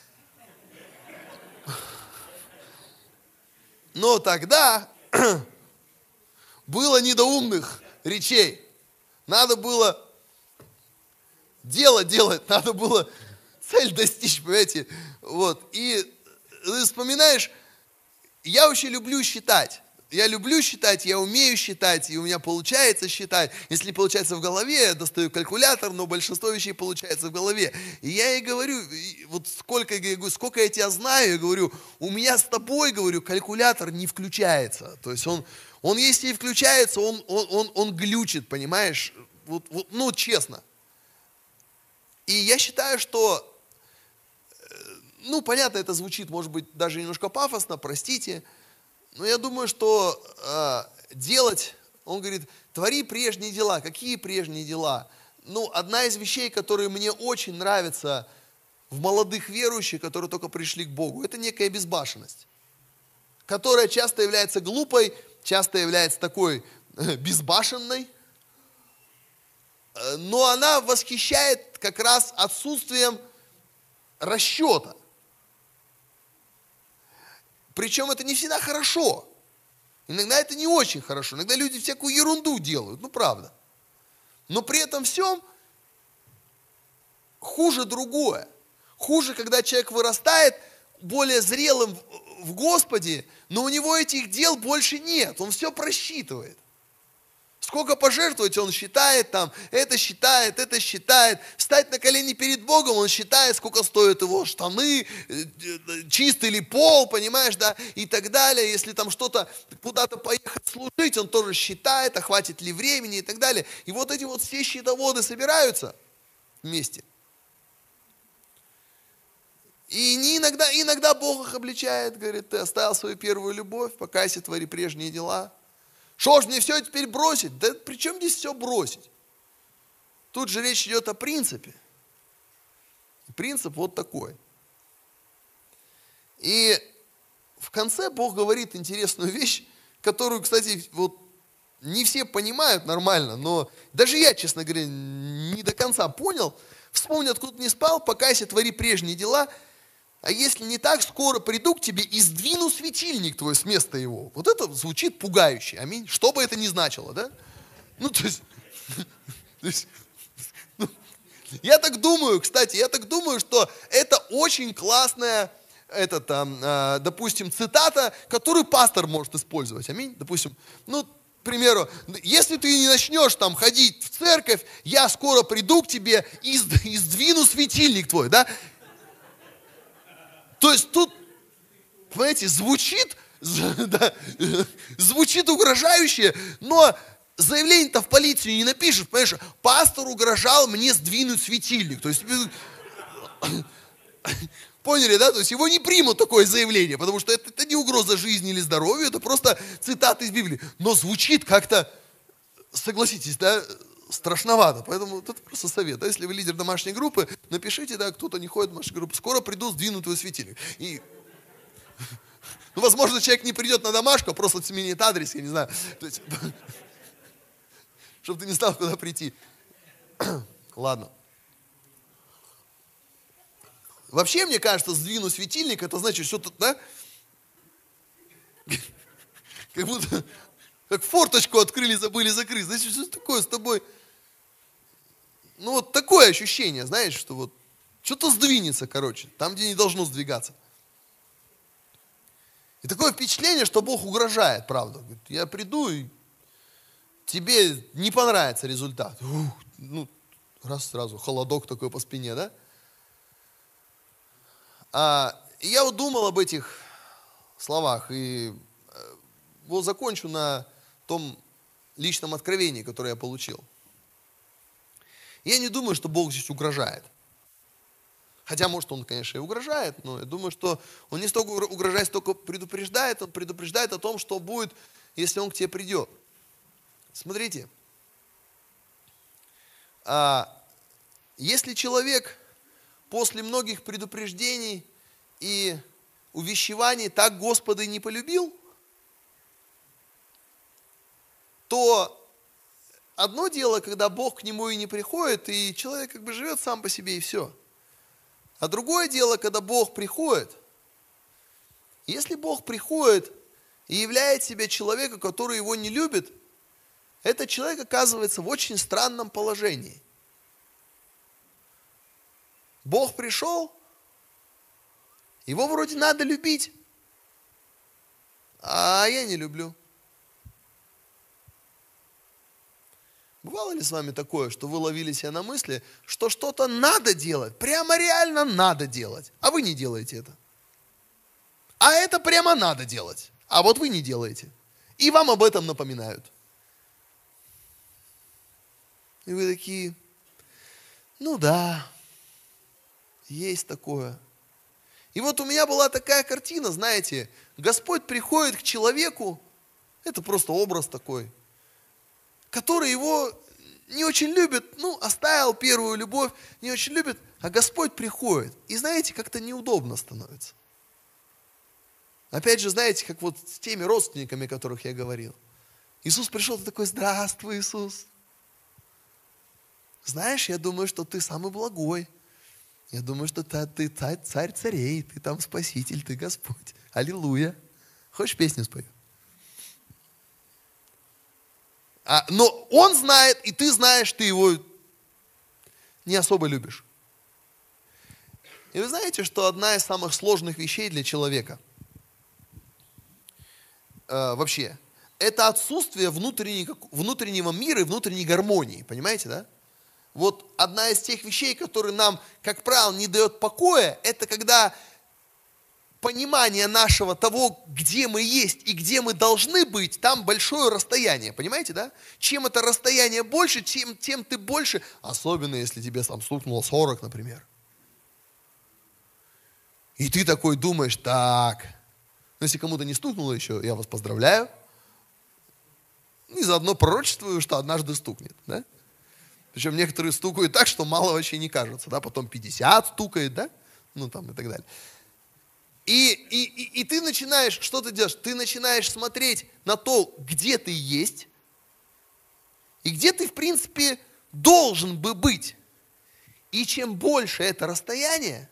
Но тогда было не до умных речей. Надо было дело делать, надо было цель достичь, понимаете. Вот. И ты вспоминаешь, я очень люблю считать. Я люблю считать, я умею считать, и у меня получается считать. Если не получается в голове, я достаю калькулятор, но большинство вещей получается в голове. И я ей говорю, вот сколько, я говорю, сколько я тебя знаю, я говорю, у меня с тобой, говорю, калькулятор не включается. То есть он, он если и включается, он, он, он, он глючит, понимаешь? Вот, вот, ну, честно. И я считаю, что, ну, понятно, это звучит, может быть, даже немножко пафосно, простите, но я думаю, что э, делать, он говорит, твори прежние дела. Какие прежние дела? Ну, одна из вещей, которые мне очень нравятся в молодых верующих, которые только пришли к Богу, это некая безбашенность, которая часто является глупой, часто является такой э, безбашенной, э, но она восхищает как раз отсутствием расчета. Причем это не всегда хорошо. Иногда это не очень хорошо. Иногда люди всякую ерунду делают, ну правда. Но при этом всем хуже другое. Хуже, когда человек вырастает более зрелым в Господе, но у него этих дел больше нет. Он все просчитывает. Сколько пожертвовать, он считает там, это считает, это считает. Встать на колени перед Богом, он считает, сколько стоят его штаны, чистый ли пол, понимаешь, да, и так далее. Если там что-то, куда-то поехать служить, он тоже считает, а хватит ли времени и так далее. И вот эти вот все счетоводы собираются вместе. И не иногда, иногда Бог их обличает, говорит, ты оставил свою первую любовь, покайся, твори прежние дела. Что ж мне все теперь бросить? Да при чем здесь все бросить? Тут же речь идет о принципе. Принцип вот такой. И в конце Бог говорит интересную вещь, которую, кстати, вот не все понимают нормально, но даже я, честно говоря, не до конца понял. Вспомни, откуда не спал, покайся, твори прежние дела. А если не так, скоро приду к тебе и сдвину светильник твой с места его. Вот это звучит пугающе. Аминь. Что бы это ни значило, да? Ну, то есть, то есть ну, я так думаю, кстати, я так думаю, что это очень классная, это там, э, допустим, цитата, которую пастор может использовать. Аминь. Допустим, ну, к примеру, если ты не начнешь там ходить в церковь, я скоро приду к тебе и сдвину светильник твой, да? То есть тут, понимаете, звучит, да, звучит угрожающе, но заявление-то в полицию не напишешь, понимаешь, пастор угрожал мне сдвинуть светильник. То есть, поняли, да? То есть его не примут такое заявление, потому что это, это не угроза жизни или здоровью, это просто цитата из Библии. Но звучит как-то, согласитесь, да, страшновато. Поэтому это просто совет. Да? Если вы лидер домашней группы, напишите, да, кто-то не ходит в домашнюю группу, скоро приду, сдвину твой светильник. И, ну, возможно, человек не придет на домашку, а просто сменит адрес, я не знаю. То есть, чтобы ты не знал, куда прийти. Ладно. Вообще, мне кажется, сдвину светильник, это значит, что-то, да? Как будто, как форточку открыли, забыли закрыть. Значит, что такое с тобой? Ну, вот такое ощущение, знаешь, что вот что-то сдвинется, короче, там, где не должно сдвигаться. И такое впечатление, что Бог угрожает, правда. Говорит, я приду, и тебе не понравится результат. Ух, ну, раз сразу, холодок такой по спине, да? А, и я вот думал об этих словах, и вот закончу на том личном откровении, которое я получил. Я не думаю, что Бог здесь угрожает. Хотя, может, Он, конечно, и угрожает, но я думаю, что Он не столько угрожает, столько предупреждает. Он предупреждает о том, что будет, если Он к тебе придет. Смотрите, а, если человек после многих предупреждений и увещеваний так Господа и не полюбил, то одно дело, когда Бог к нему и не приходит, и человек как бы живет сам по себе, и все. А другое дело, когда Бог приходит. Если Бог приходит и являет себя человеком, который его не любит, этот человек оказывается в очень странном положении. Бог пришел, его вроде надо любить, а я не люблю. Бывало ли с вами такое, что вы ловили себя на мысли, что что-то надо делать, прямо реально надо делать, а вы не делаете это? А это прямо надо делать, а вот вы не делаете. И вам об этом напоминают. И вы такие, ну да, есть такое. И вот у меня была такая картина, знаете, Господь приходит к человеку, это просто образ такой, который его не очень любит, ну, оставил первую любовь, не очень любит, а Господь приходит. И знаете, как-то неудобно становится. Опять же, знаете, как вот с теми родственниками, о которых я говорил. Иисус пришел, ты такой, здравствуй, Иисус. Знаешь, я думаю, что ты самый благой. Я думаю, что ты, ты царь, царь царей, ты там спаситель, ты Господь. Аллилуйя. Хочешь песню спою? А, но он знает, и ты знаешь, ты его не особо любишь. И вы знаете, что одна из самых сложных вещей для человека э, вообще, это отсутствие внутреннего, внутреннего мира и внутренней гармонии. Понимаете, да? Вот одна из тех вещей, которые нам, как правило, не дает покоя, это когда понимание нашего того, где мы есть и где мы должны быть, там большое расстояние, понимаете, да? Чем это расстояние больше, тем, тем ты больше, особенно если тебе там стукнуло сорок, например. И ты такой думаешь, так, ну если кому-то не стукнуло еще, я вас поздравляю. И заодно пророчествую, что однажды стукнет, да? Причем некоторые стукают так, что мало вообще не кажется, да? Потом пятьдесят стукает, да? Ну там и так далее. И, и, и, и ты начинаешь, что ты делаешь? Ты начинаешь смотреть на то, где ты есть, и где ты, в принципе, должен бы быть. И чем больше это расстояние,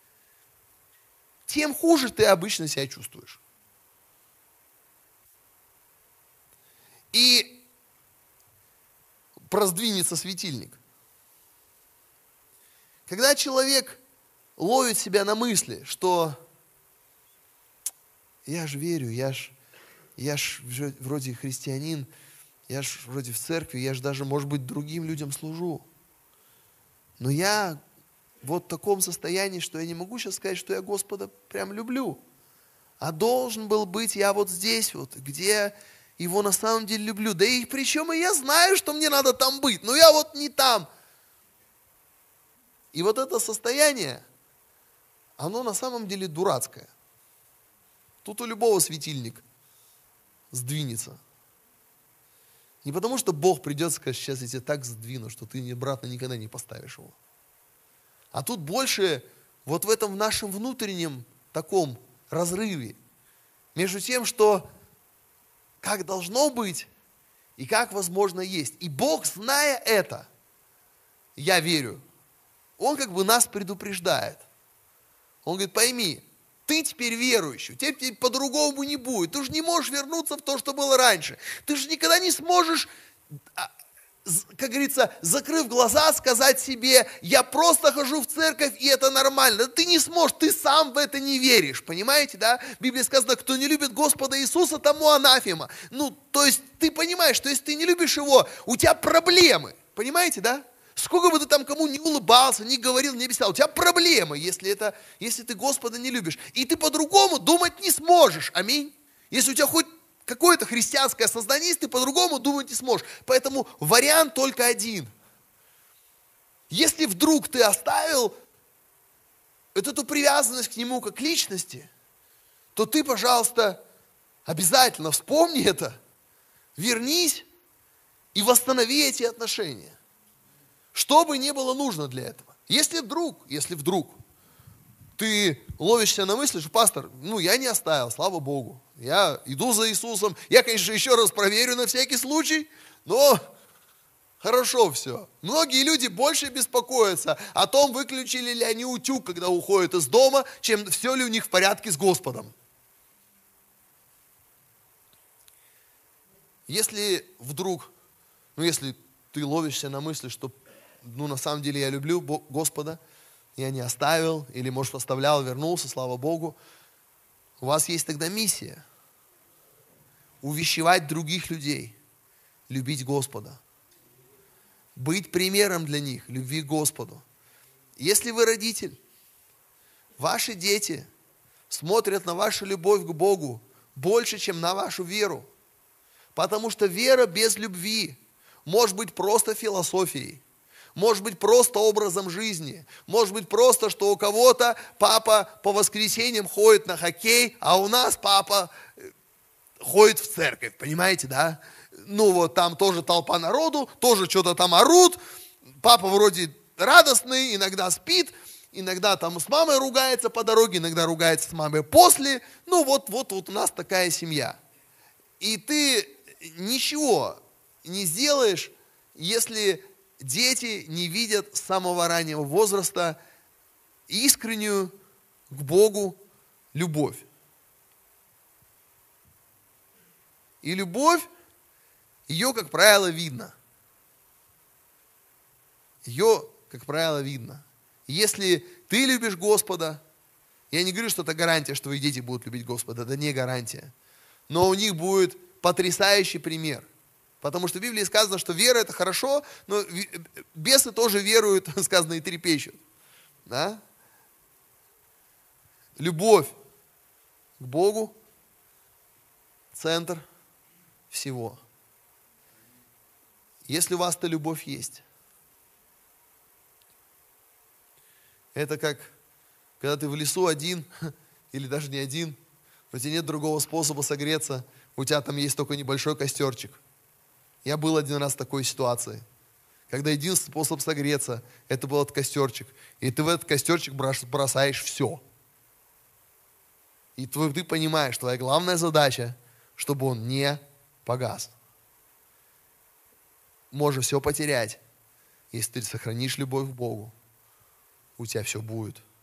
тем хуже ты обычно себя чувствуешь. И просдвинется светильник. Когда человек ловит себя на мысли, что я ж верю, я ж, я ж вроде христианин, я ж вроде в церкви, я ж даже, может быть, другим людям служу. Но я вот в таком состоянии, что я не могу сейчас сказать, что я Господа прям люблю. А должен был быть я вот здесь вот, где его на самом деле люблю. Да и причем и я знаю, что мне надо там быть, но я вот не там. И вот это состояние, оно на самом деле дурацкое. Тут у любого светильник сдвинется. Не потому, что Бог придет и скажет, сейчас я тебя так сдвину, что ты обратно никогда не поставишь его. А тут больше вот в этом в нашем внутреннем таком разрыве между тем, что как должно быть и как возможно есть. И Бог, зная это, я верю, Он как бы нас предупреждает. Он говорит, пойми, ты теперь верующий, тебе теперь по-другому не будет. Ты же не можешь вернуться в то, что было раньше. Ты же никогда не сможешь, как говорится, закрыв глаза, сказать себе, я просто хожу в церковь, и это нормально. Ты не сможешь, ты сам в это не веришь, понимаете, да? В Библии сказано, кто не любит Господа Иисуса, тому анафема. Ну, то есть ты понимаешь, что если ты не любишь Его, у тебя проблемы, понимаете, да? Сколько бы ты там кому не улыбался, не говорил, не объяснял, у тебя проблемы, если, это, если ты Господа не любишь. И ты по-другому думать не сможешь, аминь. Если у тебя хоть какое-то христианское сознание есть, ты по-другому думать не сможешь. Поэтому вариант только один. Если вдруг ты оставил вот эту привязанность к Нему как к личности, то ты, пожалуйста, обязательно вспомни это, вернись и восстанови эти отношения. Что бы ни было нужно для этого. Если вдруг, если вдруг ты ловишься на мысли, что пастор, ну я не оставил, слава Богу. Я иду за Иисусом. Я, конечно, еще раз проверю на всякий случай, но хорошо все. Многие люди больше беспокоятся о том, выключили ли они утюг, когда уходят из дома, чем все ли у них в порядке с Господом. Если вдруг, ну если ты ловишься на мысли, что ну на самом деле я люблю Господа, я не оставил, или, может, оставлял, вернулся, слава Богу, у вас есть тогда миссия. Увещевать других людей, любить Господа. Быть примером для них, любви к Господу. Если вы родитель, ваши дети смотрят на вашу любовь к Богу больше, чем на вашу веру. Потому что вера без любви может быть просто философией. Может быть просто образом жизни. Может быть просто, что у кого-то папа по воскресеньям ходит на хоккей, а у нас папа ходит в церковь. Понимаете, да? Ну вот там тоже толпа народу, тоже что-то там орут. Папа вроде радостный, иногда спит, иногда там с мамой ругается по дороге, иногда ругается с мамой после. Ну вот, вот, вот у нас такая семья. И ты ничего не сделаешь, если дети не видят с самого раннего возраста искреннюю к Богу любовь. И любовь, ее, как правило, видно. Ее, как правило, видно. Если ты любишь Господа, я не говорю, что это гарантия, что твои дети будут любить Господа, это не гарантия. Но у них будет потрясающий пример. Потому что в Библии сказано, что вера это хорошо, но бесы тоже веруют, сказано, и трепещут. Да? Любовь к Богу – центр всего. Если у вас эта любовь есть, это как, когда ты в лесу один, или даже не один, у тебя нет другого способа согреться, у тебя там есть только небольшой костерчик. Я был один раз в такой ситуации, когда единственный способ согреться, это был этот костерчик. И ты в этот костерчик бросаешь все. И ты понимаешь, твоя главная задача, чтобы он не погас. Можно все потерять, если ты сохранишь любовь к Богу. У тебя все будет.